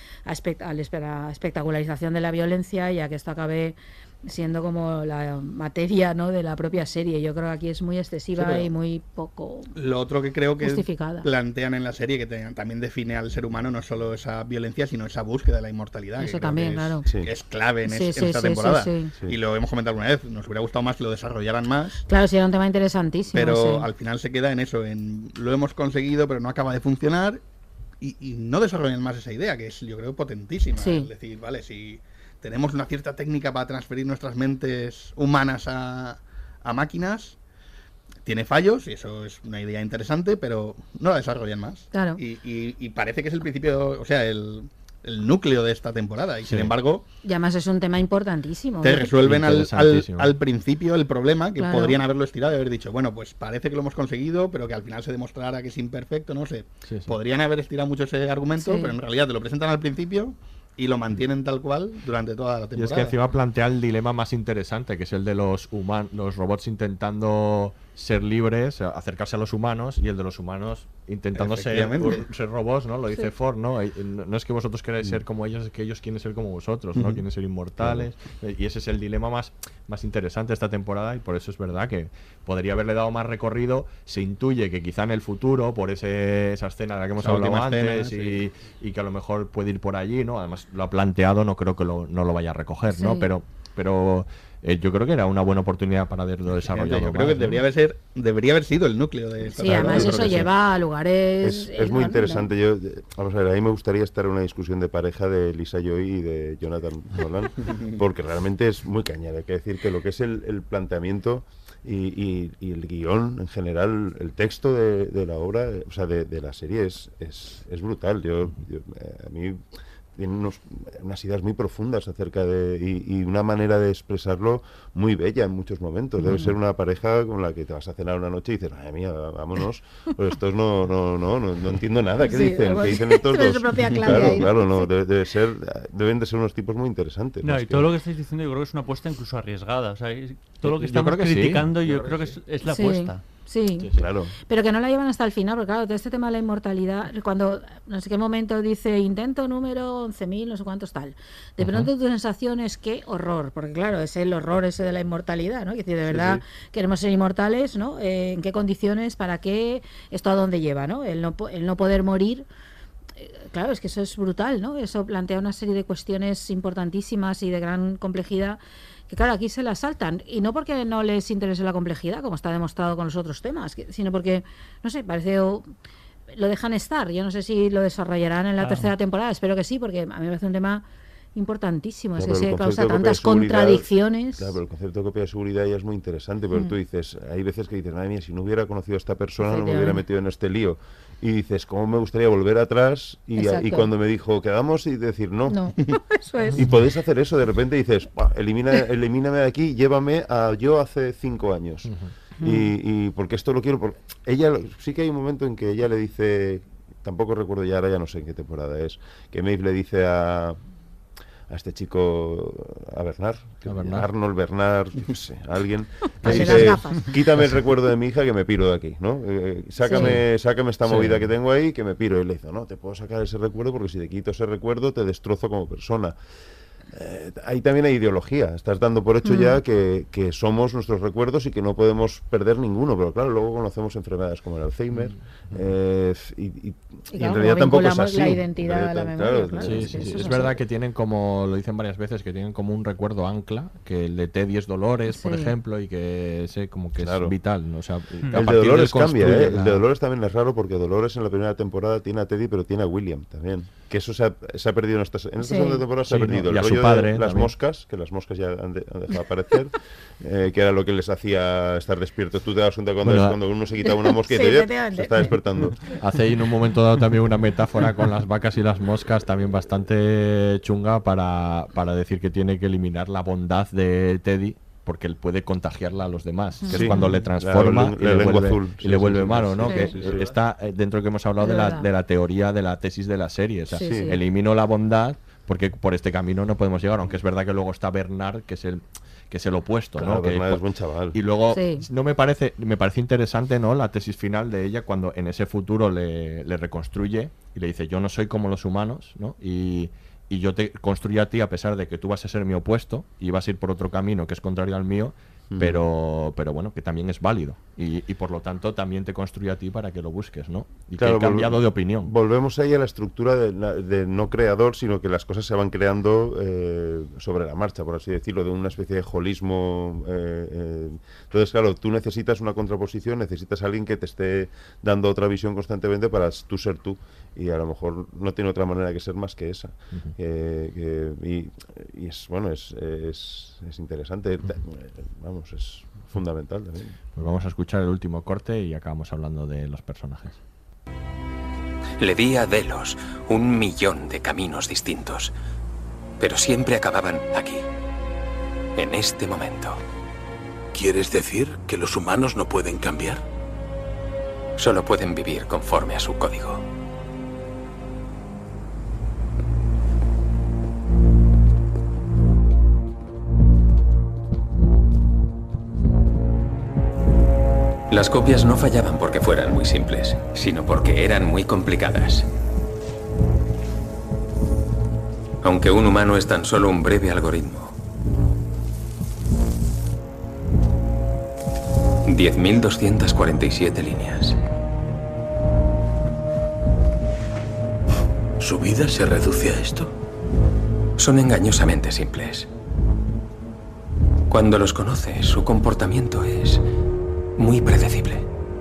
la espectacularización de la violencia y a que esto acabe siendo como la materia, ¿no? De la propia serie. Yo creo que aquí es muy excesiva y muy poco lo otro que creo que plantean en la serie, que también define al ser humano, no solo esa violencia, sino esa búsqueda de la inmortalidad. Eso también, claro. Que es clave en esta temporada. Y lo hemos comentado alguna vez, nos hubiera gustado más que lo desarrollaran más. Claro, sí, era un tema interesantísimo. Pero al final se queda en eso, lo hemos conseguido, pero no acaba de funcionar. Y no desarrollan más esa idea, que es, yo creo, potentísima. Es decir, vale, si tenemos una cierta técnica para transferir nuestras mentes humanas a máquinas, tiene fallos, y eso es una idea interesante, pero no la desarrollan más. Claro. Y parece que es el principio, o sea, el núcleo de esta temporada, y sin embargo... Y además es un tema importantísimo. Te resuelven al principio el problema, que podrían haberlo estirado y haber dicho, bueno, pues parece que lo hemos conseguido, pero que al final se demostrará que es imperfecto, no sé. Podrían haber estirado mucho ese argumento, pero en realidad te lo presentan al principio y lo mantienen tal cual durante toda la temporada. Y es que encima plantea el dilema más interesante, que es el de los robots intentando ser libres, acercarse a los humanos, y el de los humanos intentando ser robots, ¿no? Lo dice Ford, ¿no? No es que vosotros queráis ser como ellos, es que ellos quieren ser como vosotros, ¿no? Quieren ser inmortales. Y ese es el dilema más interesante de esta temporada, y por eso es verdad que podría haberle dado más recorrido. Se intuye que quizá en el futuro, por esa escena de la que hemos hablado antes, y que a lo mejor puede ir por allí, ¿no? Además lo ha planteado, no creo que no lo vaya a recoger, ¿no? Pero yo creo que era una buena oportunidad para haberlo desarrollado. Yo creo que debería haber sido el núcleo de esta además eso lleva a lugares... Es muy interesante. Vamos a ver, a mí me gustaría estar en una discusión de pareja de Lisa Joy y de Jonathan Nolan, porque realmente es muy cañada. Hay que decir que lo que es el planteamiento y el guión en general, el texto de la obra, o sea, de la serie es brutal. A mí... tiene unas ideas muy profundas acerca y una manera de expresarlo muy bella en muchos momentos. Debe ser una pareja con la que te vas a cenar una noche y dices, madre mía, vámonos, pues estos no entiendo nada. ¿Qué dicen? ¿Qué dicen estos dos? Claro, no, deben de ser unos tipos muy interesantes. No, y todo lo que estáis diciendo yo creo que es una apuesta incluso arriesgada. O sea, todo lo que estamos criticando yo creo que es la apuesta. Sí, claro. Pero que no la llevan hasta el final, porque claro, todo este tema de la inmortalidad, cuando no sé qué momento dice intento número 11.000, no sé cuántos tal, de pronto tu sensación es que horror, porque claro, es el horror ese de la inmortalidad, ¿no? Que decir, de verdad queremos ser inmortales, ¿no? ¿En qué condiciones? ¿Para qué? ¿Esto a dónde lleva, no? El no poder morir. Claro, es que eso es brutal, ¿no? Eso plantea una serie de cuestiones importantísimas y de gran complejidad que claro, aquí se la saltan, y no porque no les interese la complejidad, como está demostrado con los otros temas, sino porque, no sé, parece lo dejan estar. Yo no sé si lo desarrollarán en la tercera temporada, espero que sí, porque a mí me parece un tema importantísimo, es que se causa tantas contradicciones. Claro, pero el concepto de copia de seguridad ya es muy interesante, pero tú dices, hay veces que dices, madre mía, si no hubiera conocido a esta persona no me hubiera metido en este lío. Y dices, ¿cómo me gustaría volver atrás? Y cuando me dijo, quedamos, y decir, no. Eso es. Y podéis hacer eso, de repente dices, elimíname de aquí, llévame a yo hace 5 años. Y porque esto lo quiero, porque ella, sí que hay un momento en que ella le dice, tampoco recuerdo ya, ahora ya no sé en qué temporada es, que Maeve le dice a este chico, a Bernard, Arnold Bernard, yo qué sé, alguien que dice, quítame el recuerdo de mi hija que me piro de aquí, ¿no? Sácame esta movida que tengo ahí que me piro. Y le dice, no, te puedo sacar ese recuerdo porque si te quito ese recuerdo te destrozo como persona. Ahí también hay ideología, estás dando por hecho ya que somos nuestros recuerdos y que no podemos perder ninguno, pero claro, luego conocemos enfermedades como el Alzheimer y en realidad tampoco es así. La identidad a la memoria, claro. Sí. Es verdad que tienen como, lo dicen varias veces, que tienen como un recuerdo ancla, que el de Teddy es Dolores, por ejemplo, y que ese como que es vital, ¿no? O sea, el de Dolores cambia, el de Dolores también es raro porque Dolores en la primera temporada tiene a Teddy pero tiene a William también, que eso se ha perdido en esta segunda temporada, se ha perdido el rollo de las moscas, que las moscas ya han dejado de aparecer, que era lo que les hacía estar despiertos. Tú te das cuenta cuando uno se quitaba una mosca y se está despertando. Hace ahí en un momento dado también una metáfora con las vacas y las moscas también bastante chunga para decir que tiene que eliminar la bondad de Teddy porque él puede contagiarla a los demás, que es cuando le transforma y le vuelve malo, ¿no? Está dentro que hemos hablado de la teoría de la tesis de la serie, o sea, elimino la bondad porque por este camino no podemos llegar, aunque es verdad que luego está Bernard, que es el opuesto, claro, ¿no? Bernard es buen chaval. Y luego me parece interesante, ¿no? La tesis final de ella cuando en ese futuro le reconstruye y le dice, yo no soy como los humanos, ¿no? Y yo te construyo a ti a pesar de que tú vas a ser mi opuesto y vas a ir por otro camino que es contrario al mío, pero bueno, que también es válido y por lo tanto también te construyo a ti para que lo busques, ¿no? Y claro, que he cambiado de opinión. Volvemos ahí a la estructura de no creador, sino que las cosas se van creando sobre la marcha, por así decirlo, de una especie de holismo. Entonces, claro, tú necesitas una contraposición, necesitas a alguien que te esté dando otra visión constantemente para tú ser tú, y a lo mejor no tiene otra manera que ser más que esa. Y es bueno, es interesante. Vamos, es fundamental también. Pues vamos a escuchar el último corte y acabamos hablando de los personajes. Le di a Delos 1.000.000 de caminos distintos, pero siempre acababan aquí, en este momento. ¿Quieres decir que los humanos no pueden cambiar? Solo pueden vivir conforme a su código. Las copias no fallaban porque fueran muy simples, sino porque eran muy complicadas. Aunque un humano es tan solo un breve algoritmo. 10.247 líneas. ¿Su vida se reduce a esto? Son engañosamente simples. Cuando los conoces, su comportamiento es muy predecible.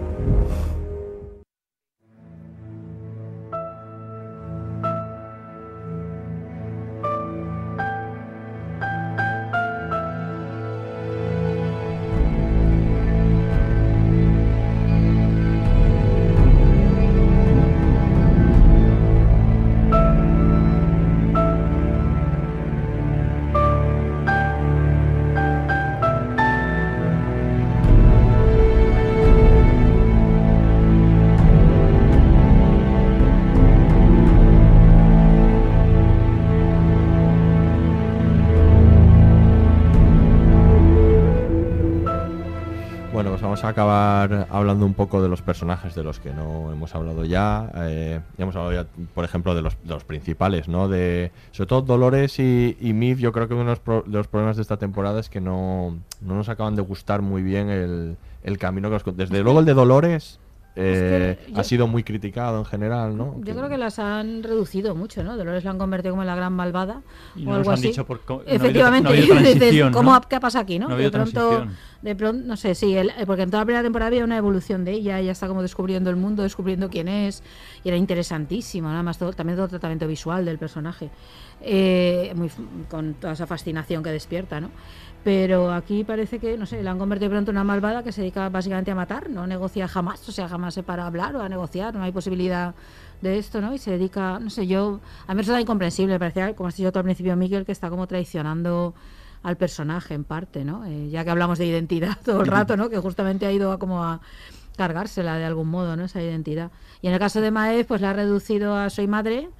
Vamos a acabar hablando un poco de los personajes de los que no hemos hablado ya. Ya hemos hablado ya, por ejemplo, de los principales, ¿no? Sobre todo Dolores y Miv. Yo creo que uno de los problemas de esta temporada es que no nos acaban de gustar muy bien el camino que los... Desde luego el de Dolores... ha sido muy criticado en general, ¿no? Yo creo que las han reducido mucho, ¿no? Dolores la han convertido como en la gran malvada y o no algo nos han así. Dicho efectivamente, no dices, ¿no? ¿qué pasa aquí, no? No de pronto, no sé, sí, porque en toda la primera temporada había una evolución de ella está como descubriendo el mundo, descubriendo quién es, y era interesantísimo, nada más también todo el tratamiento visual del personaje, con toda esa fascinación que despierta, ¿no? Pero aquí parece que, no sé, la han convertido de pronto en una malvada que se dedica básicamente a matar, no negocia jamás, o sea, jamás se para a hablar o a negociar, no hay posibilidad de esto, ¿no? Y se dedica, no sé, a mí me resulta incomprensible, me parecía, como has dicho tú al principio, Miguel, que está como traicionando al personaje en parte, ¿no? Ya que hablamos de identidad todo el rato, ¿no? Que justamente ha ido a cargársela de algún modo, ¿no? Esa identidad. Y en el caso de Maeve, pues la ha reducido a soy madre,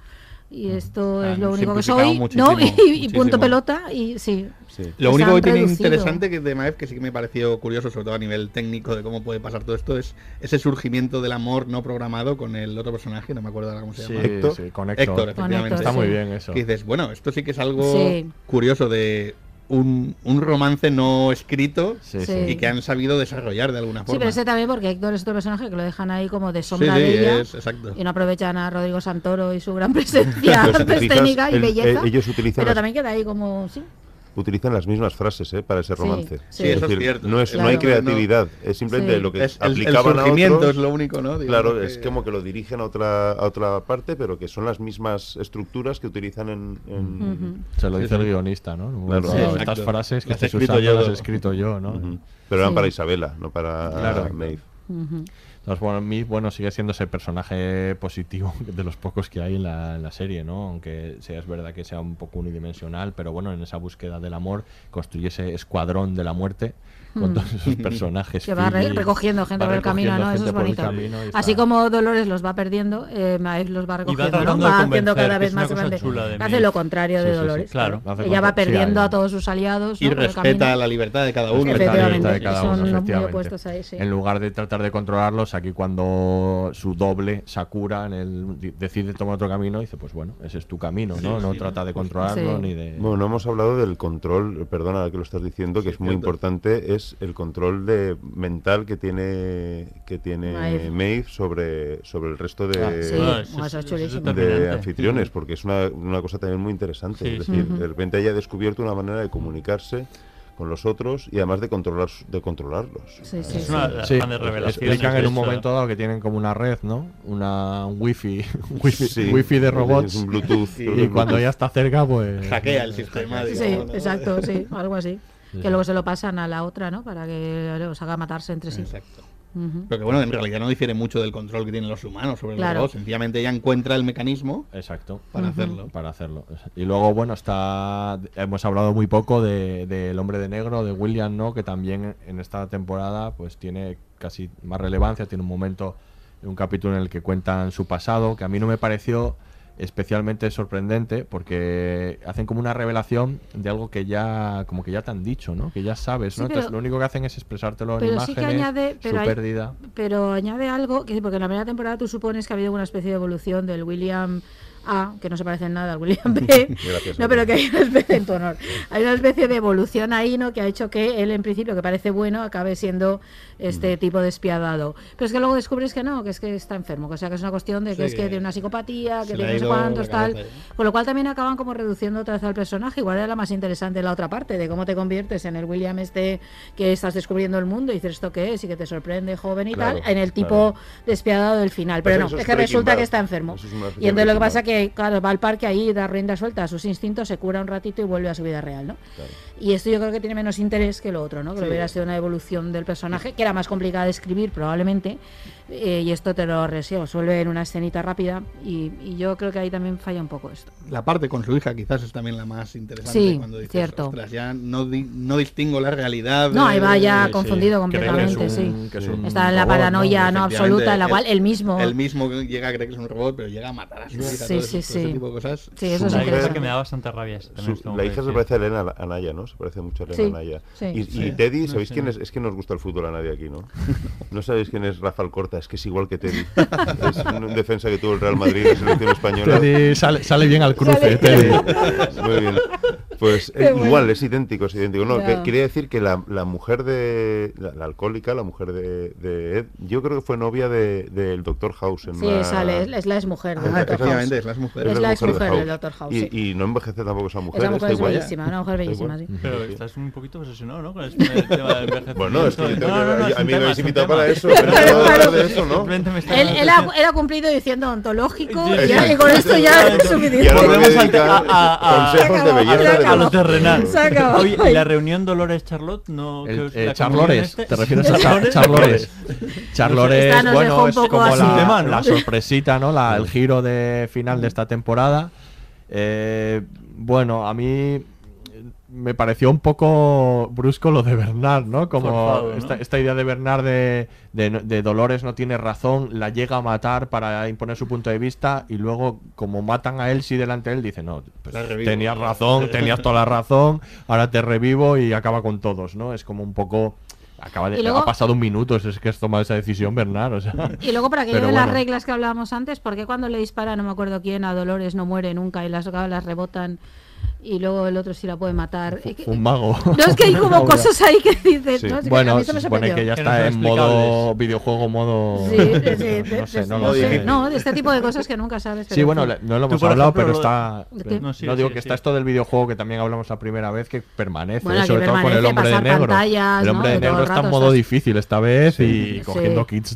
y esto es lo han único que simplificado soy, muchísimo, ¿no? Y muchísimo. punto pelota, y sí. Lo Se único han que tiene reducido. interesante que de Maeve, que sí que me pareció curioso, sobre todo a nivel técnico de cómo puede pasar todo esto, es ese surgimiento del amor no programado con el otro personaje, no me acuerdo ahora cómo se llama. Héctor. Sí, con Héctor, Héctor. efectivamente. Está muy bien eso. Que dices, bueno, esto sí que es algo Sí. curioso de un romance no escrito Sí. y que han sabido desarrollar de alguna Sí, forma. pero ese también porque Héctor es otro personaje que lo dejan ahí como de Sí, sombra sí, de ella exacto. y no aprovechan a Rodrigo Santoro y su gran presencia Pero si te fijas, escénica y belleza, ellos utilizan pero las- también queda ahí como, sí. Utilizan las mismas frases para ese Sí, romance. sí. Sí, Es eso es decir, cierto. no Claro. hay creatividad, es simplemente Sí. lo que Es el aplicaban a surgimiento otros. es lo único, ¿no? Digamos Claro, que- es como que lo dirigen a otra parte, pero que son las mismas estructuras que utilizan en... Se lo Sí, dice sí. el guionista, ¿no? Claro. Bueno, Sí, estas exacto. frases que Las he estés escrito usando yo. las he escrito yo, ¿no? Pero eran Sí. para Isabela, no para Claro. Maeve. Ujú. Entonces, bueno, a mí, bueno, sigue siendo ese personaje positivo de los pocos que hay en la serie, ¿no? Aunque sea es verdad que sea un poco unidimensional, pero bueno, en esa búsqueda del amor construye ese escuadrón de la muerte con todos esos personajes. Que va Phoebe, recogiendo gente va por el camino, recogiendo ¿no? Eso gente es por el bonito. camino y está- Así como Dolores los va perdiendo, Maeve los va recogiendo, ¿no? tratando de Va haciendo convencer, cada que vez es una más cosa grande. chula de Hace Maeve. lo contrario de Sí, sí, sí, Dolores. claro. Hace Ella va contra- sí, perdiendo hay- a todos sus aliados, ¿no? Y por el respeta camino. la libertad de cada uno. Respeta la Efectivamente, libertad de cada son uno, muy efectivamente. opuestos ahí, sí. En lugar de tratar de controlarlos, aquí cuando su doble, Sakura, decide tomar otro camino, dice, pues bueno, ese es tu camino, ¿no? No trata de controlarlo Sí. ni de... Bueno, no hemos hablado del control, perdona que lo estás diciendo, que es muy cierto. importante, es el control mental que tiene Maeve sobre el resto de, Sí, Ah, eso es chulísimo. de determinante. anfitriones, porque es una cosa también muy interesante. Sí, Es sí. decir, de repente haya descubierto una manera de comunicarse con los otros y además de controlarlos. Sí, sí, Es sí. una Sí, fan de revelaciones. explican en un de hecho. momento dado que tienen como una red, ¿no? Un wifi, Sí, wifi de es robots. un Bluetooth. Y cuando ya está cerca, pues... Hackea el sistema. Sí, digamos, ¿no? exacto, sí, algo así. Sí, Que sí. luego se lo pasan a la otra, ¿no? Para que los haga matarse entre sí. Exacto. Ujú. Pero que bueno, en realidad no difiere mucho del control que tienen los humanos sobre Claro. los robots. Sencillamente ella encuentra el mecanismo Exacto. para hacerlo. Para hacerlo. Y luego, bueno, hemos hablado muy poco del Hombre de Negro, de William, ¿no? Que también en esta temporada pues tiene casi más relevancia, tiene un momento, un capítulo en el que cuentan su pasado, que a mí no me pareció especialmente sorprendente porque hacen como una revelación de algo que ya como que ya te han dicho, ¿no? Que ya sabes, ¿no? Sí, Entonces pero- lo único que hacen es expresártelo en pero imágenes, sí que añade, su pérdida. pero añade algo, que porque en la primera temporada tú supones que ha habido una especie de evolución del William A, que no se parece en nada al William B, Gracias, no, pero que hay una especie, en tu honor, hay una especie de evolución ahí, ¿no? Que ha hecho que él, en principio, que parece bueno, acabe siendo este tipo despiadado. Pero es que luego descubres que no, que es que está enfermo, que, o sea, que es una cuestión de que Sí, es que tiene una psicopatía, que se le tiene ha no sé ido cuántos, la tal. cabeza. Con lo cual también acaban como reduciendo otra vez al personaje. Igual era la más interesante la otra parte, de cómo te conviertes en el William que estás descubriendo el mundo y dices esto qué es y que te sorprende joven y Claro, tal, en el tipo despiadado del final. Pero Eso- no, eso es es que Breaking resulta Bad. que está enfermo. Eso es una especie Y entonces de lo que Breaking pasa que, claro, va al parque ahí, da rienda suelta a sus instintos, se cura un ratito y vuelve a su vida real, ¿no? Claro. Y esto yo creo que tiene menos interés que lo otro, ¿no? Que Sí. hubiera sido una evolución del personaje, que era más complicada de escribir probablemente, y esto te lo resuelve en una escenita rápida, y yo creo que ahí también falla un poco esto. La parte con su hija quizás es también la más interesante. Sí, cuando dices, cierto. "Ostras, ya no distingo la realidad. No, ahí va ya Sí, confundido sí. Cree que completamente, es un- sí. que es un Está en la robot, ¿no? paranoia no absoluta, en la cual él mismo... Él mismo llega a creer que es un robot, pero llega a matar a su hija. Sí, todo sí, ese sí. tipo de cosas. Sí, eso es La idea interesante. que me da bastante rabia. ese también tengo La que hija se decir. parece a Elena Anaya, ¿no? Se parece mucho a Elena Sí, Anaya. sí. Y Sí. Teddy, No ¿sabéis sé. quién es? Es que nos gusta el fútbol a nadie aquí, ¿no? No sabéis quién es Rafa Alcorta, es que es igual que Teddy. Es un defensa que tuvo el Real Madrid, la selección española. Teddy sale bien al cruce, Sale- Teddy. Muy bien. Pues Qué bueno. igual, es idéntico, es idéntico. No, Ya. que quería decir que la mujer de... La alcohólica, la mujer de Ed, yo creo que fue novia del Dr. House. En Sí, una- sale, es la exmujer del Ah, Dr. Efectivamente, House. es la mujer. Es la de exmujer House. del Dr. House, Y, sí. y no envejece tampoco esa mujer. Esa mujer está es igual. bellísima, una mujer Está bellísima, igual. sí. Pero estás un poquito obsesionado, ¿no? Con el tema del envejecimiento. Bueno, es que yo tengo No, no, no, que- es a un mí me tema, habéis es un invitado tema. para eso, pero no puedo hablar de eso, ¿no? Simplemente me está- Él ha cumplido diciendo ontológico Sí, y, sí. y con esto ya es Y suficiente. ahora me voy a Volvemos dedicar a- consejos de belleza. Se de a lo los- terrenal. Se acabó. Oye, ¿y la reunión Dolores Charlotte? No, El- que la Charlores, comunión ¿te refieres a Charlores? Charlores? Charlores, Esta nos dejó bueno, un es poco como así. la, Tema, ¿no? la sorpresita, ¿no? El giro de final de esta temporada. Bueno, a mí me pareció un poco brusco lo de Bernard, ¿no? Como forzado, ¿no? Esta idea de Bernard de Dolores no tiene razón, la llega a matar para imponer su punto de vista y luego, como matan a Elsie delante de él, dice, no, pues tenías razón, tenías toda la razón, ahora te revivo y acaba con todos, ¿no? Es como un poco... luego, ha pasado un minuto, es que has tomado esa decisión, Bernard, o sea. Y luego, para que lleven las reglas que hablábamos antes, ¿por qué cuando le dispara, no me acuerdo quién, a Dolores no muere nunca y las balas rebotan y luego el otro sí la puede matar? Un mago. No, es que hay como cosas ahí que dices, sí. ¿no? Es Bueno, que se supone que ya está en modo videojuego, modo... Sí, no sé, no lo sé. No, de este tipo de cosas que nunca sabes. Sí, bueno, no lo hemos hablado, pero está... No digo que está esto del videojuego que también hablamos la primera vez, que permanece, bueno, sobre todo con el hombre de negro. El hombre de negro está en modo difícil esta vez y cogiendo kits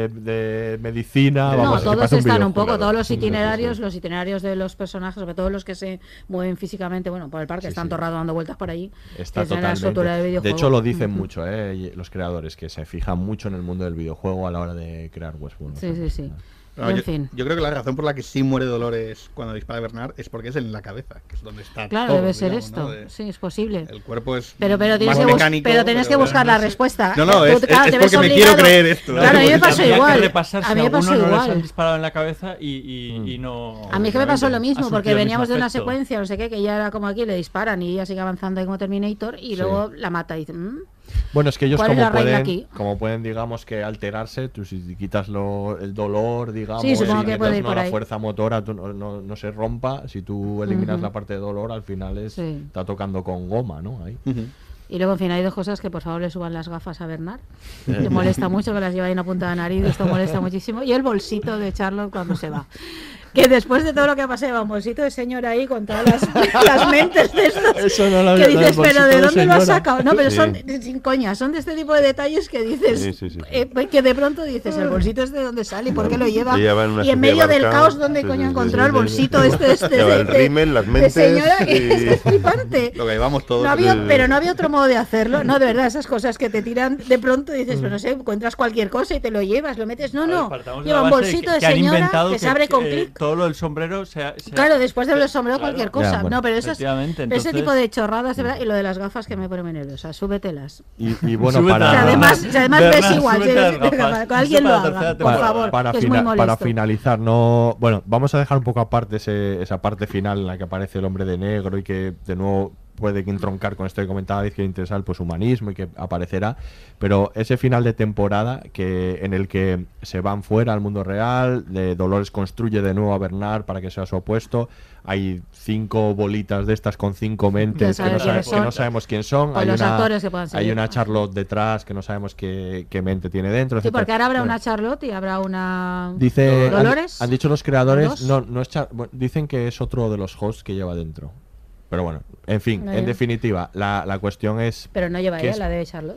de medicina. No, todos están un poco, todos los itinerarios de los personajes, sobre todo los que se mueven físicamente, bueno, por el parque, están torrados dando vueltas por allí. Está totalmente. De hecho, lo dicen mucho, los creadores, que se fijan mucho en el mundo del videojuego a la hora de crear Westworld. Sí. No, en fin. Yo creo que la razón por la que sí muere Dolores cuando dispara a Bernard es porque es en la cabeza, que es donde está. Claro, todo, debe ser digamos, esto. Sí, es posible. El cuerpo es pero más mecánico. Pero tenés que buscar la respuesta. No, es porque me quiero creer esto. Claro, a mí me pasó igual. A mí me pasó igual. No les han disparado en la cabeza y no... A mí es que me pasó lo mismo, porque veníamos de una secuencia, no sé qué, que ya era como aquí, le disparan y ella sigue avanzando ahí como Terminator y luego la mata y dice... Bueno, es que ellos como pueden, digamos, que alterarse, tú si quitas el dolor, digamos, sí, supongo que puede ir por la ahí. fuerza motora no se rompa, si tú eliminas la parte de dolor, al final está tocando con goma, ¿no? Ahí. Y luego, en fin, hay dos cosas que por favor le suban las gafas a Bernard. Le molesta mucho que las lleva ahí en la punta de la nariz, esto molesta muchísimo. Y el bolsito de Charlotte cuando se va. Que después de todo lo que ha pasado, un bolsito de señora ahí con todas las mentes de estos. Eso no lo que dices, pero ¿de dónde lo has sacado? No, pero sí. son, sin coña, son de este tipo de detalles que dices, que de pronto dices, el bolsito es de dónde sale y por qué lo lleva. Y en medio del caos, ¿dónde coño encontró el bolsito el rímel, las mentes. De señora, que es flipante. Lo que llevamos todos. Pero no había otro modo de hacerlo. No, de verdad, esas cosas que te tiran de pronto y dices, pero no sé, encuentras cualquier cosa y te lo llevas, lo metes. No, lleva un bolsito de señora que se abre con clic. Todo lo del sombrero claro, después de los sombreros cualquier cosa. Ya, bueno. No, pero ese tipo de chorradas, de verdad, y lo de las gafas que me pone nerviosa, súbetelas. Y bueno, además ves igual, que alguien lo haga, por favor, que es muy molesto. Para finalizar, no, bueno, vamos a dejar un poco aparte esa parte final en la que aparece el hombre de negro y que de nuevo puede entroncar con esto que comentaba, que interesa el humanismo y que aparecerá, pero ese final de temporada en el que se van fuera al mundo real, Dolores construye de nuevo a Bernard para que sea su opuesto, hay 5 bolitas de estas con 5 mentes que no sabemos quién son, hay los actores que puedan ser. Hay una Charlotte detrás que no sabemos qué mente tiene dentro. Sí, porque ahora habrá una Charlotte y habrá una Dolores. Han dicho los creadores, no es dicen que es otro de los hosts que lleva dentro. Pero bueno, en fin, en definitiva, la cuestión es... Pero no lleva ella, la de Charlotte.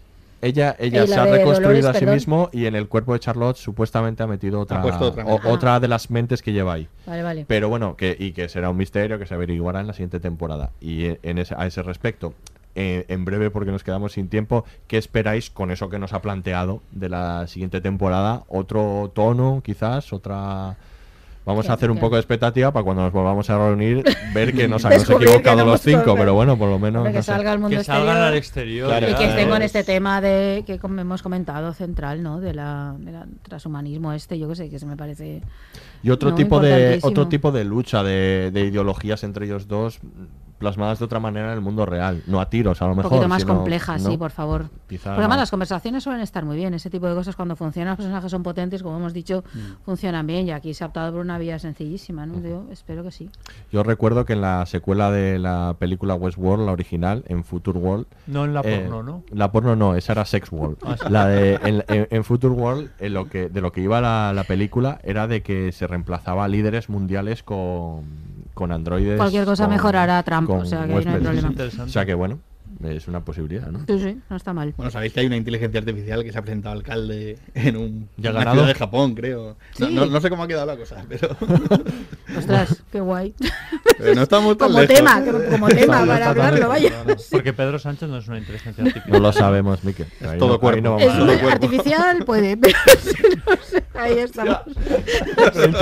Ella se ha reconstruido a sí mismo y en el cuerpo de Charlotte supuestamente ha metido otra de las mentes que lleva ahí. Vale. Pero bueno, que será un misterio que se averiguará en la siguiente temporada. Y a ese respecto, en breve, porque nos quedamos sin tiempo, ¿qué esperáis con eso que nos ha planteado de la siguiente temporada? ¿Otro tono, quizás? ¿Otra...? Vamos a hacer un poco de expectativa para cuando nos volvamos a reunir ver que nos hemos equivocado los 5, pero bueno, por lo menos que salga al mundo salgan al exterior y que estén con este tema de que hemos comentado central, ¿no? De la transhumanismo yo que sé, que se me parece y otro tipo de lucha de ideologías entre ellos dos plasmadas de otra manera en el mundo real, no a tiros a lo mejor. Un poquito más complejas, sí, por favor. Quizá porque además las conversaciones suelen estar muy bien, ese tipo de cosas cuando funcionan, los personajes son potentes, como hemos dicho, funcionan bien y aquí se ha optado por una vía sencillísima, ¿no? Yo espero que sí. Yo recuerdo que en la secuela de la película Westworld, la original, en Future World... No en la porno, ¿no? La porno no, esa era Sex World. En Future World, de lo que iba la película era de que se reemplazaba a líderes mundiales con androides. Cualquier cosa mejorará a Trump, o sea que ahí no hay problema. O sea que bueno, es una posibilidad, ¿no? Sí, no está mal. Bueno, sabéis que hay una inteligencia artificial que se ha presentado alcalde en una ciudad de Japón, creo. ¿Sí? No sé cómo ha quedado la cosa, pero... Ostras, qué guay. Pero no estamos tan como lejos. Como tema para hablarlo, vaya. No. Porque Pedro Sánchez no es una inteligencia artificial. No lo sabemos, Miquel. Es todo cuerpo. Artificial puede, pero no sé, ahí estamos.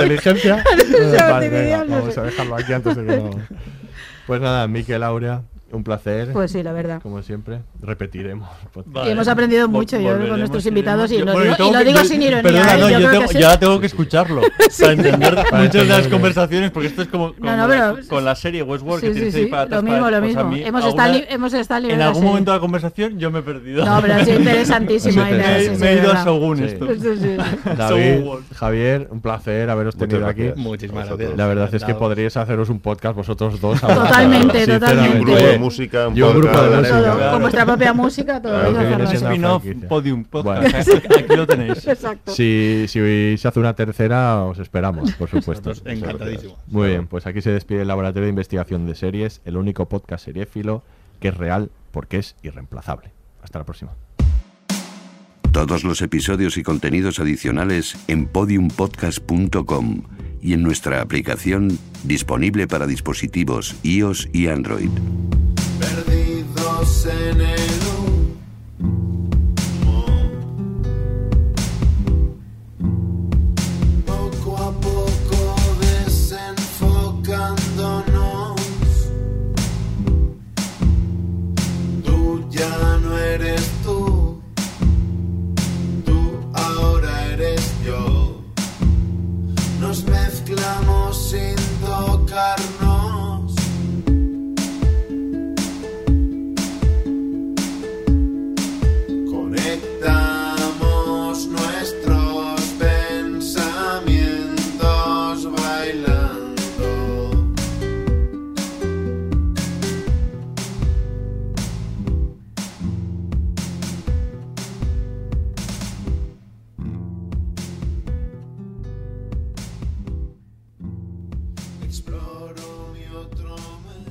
Inteligencia. Vale, venga, vamos a dejarlo aquí antes de que no... Pues nada, Miquel, Aurea, un placer. Pues sí, la verdad. Como siempre, repetiremos. Y hemos aprendido mucho yo con nuestros invitados y lo digo yo, sin ironía. Perdona, no, yo ya tengo que escucharlo para entender muchas de las conversaciones, porque esto es como con la serie Westworld, que tienes ahí para atrás. Lo mismo. Hemos estado en algún momento de la conversación yo me he perdido. No, pero es interesantísimo. Me he ido a Shogun esto. David, Javier, un placer haberos tenido aquí. Muchísimas gracias. La verdad es que podríais haceros un podcast vosotros dos. Totalmente. Y un grupo de música. Y un grupo de música. Con vuestra propia música, todo. Spin-off, Podium Podcast. Aquí lo tenéis. Exacto. Si se hace una tercera, os esperamos, por supuesto. Encantadísimo. Muy bien, pues aquí se despide el Laboratorio de Investigación de Series, el único podcast seriéfilo que es real porque es irreemplazable. Hasta la próxima. Todos los episodios y contenidos adicionales en podiumpodcast.com y en nuestra aplicación disponible para dispositivos iOS y Android. Perdidos en el poco a poco desenfocándonos. Tú ya no eres tú, ahora eres yo. Nos mezclamos sin tocarnos. Conectamos nuestros pensamientos bailando. Exploro mi otro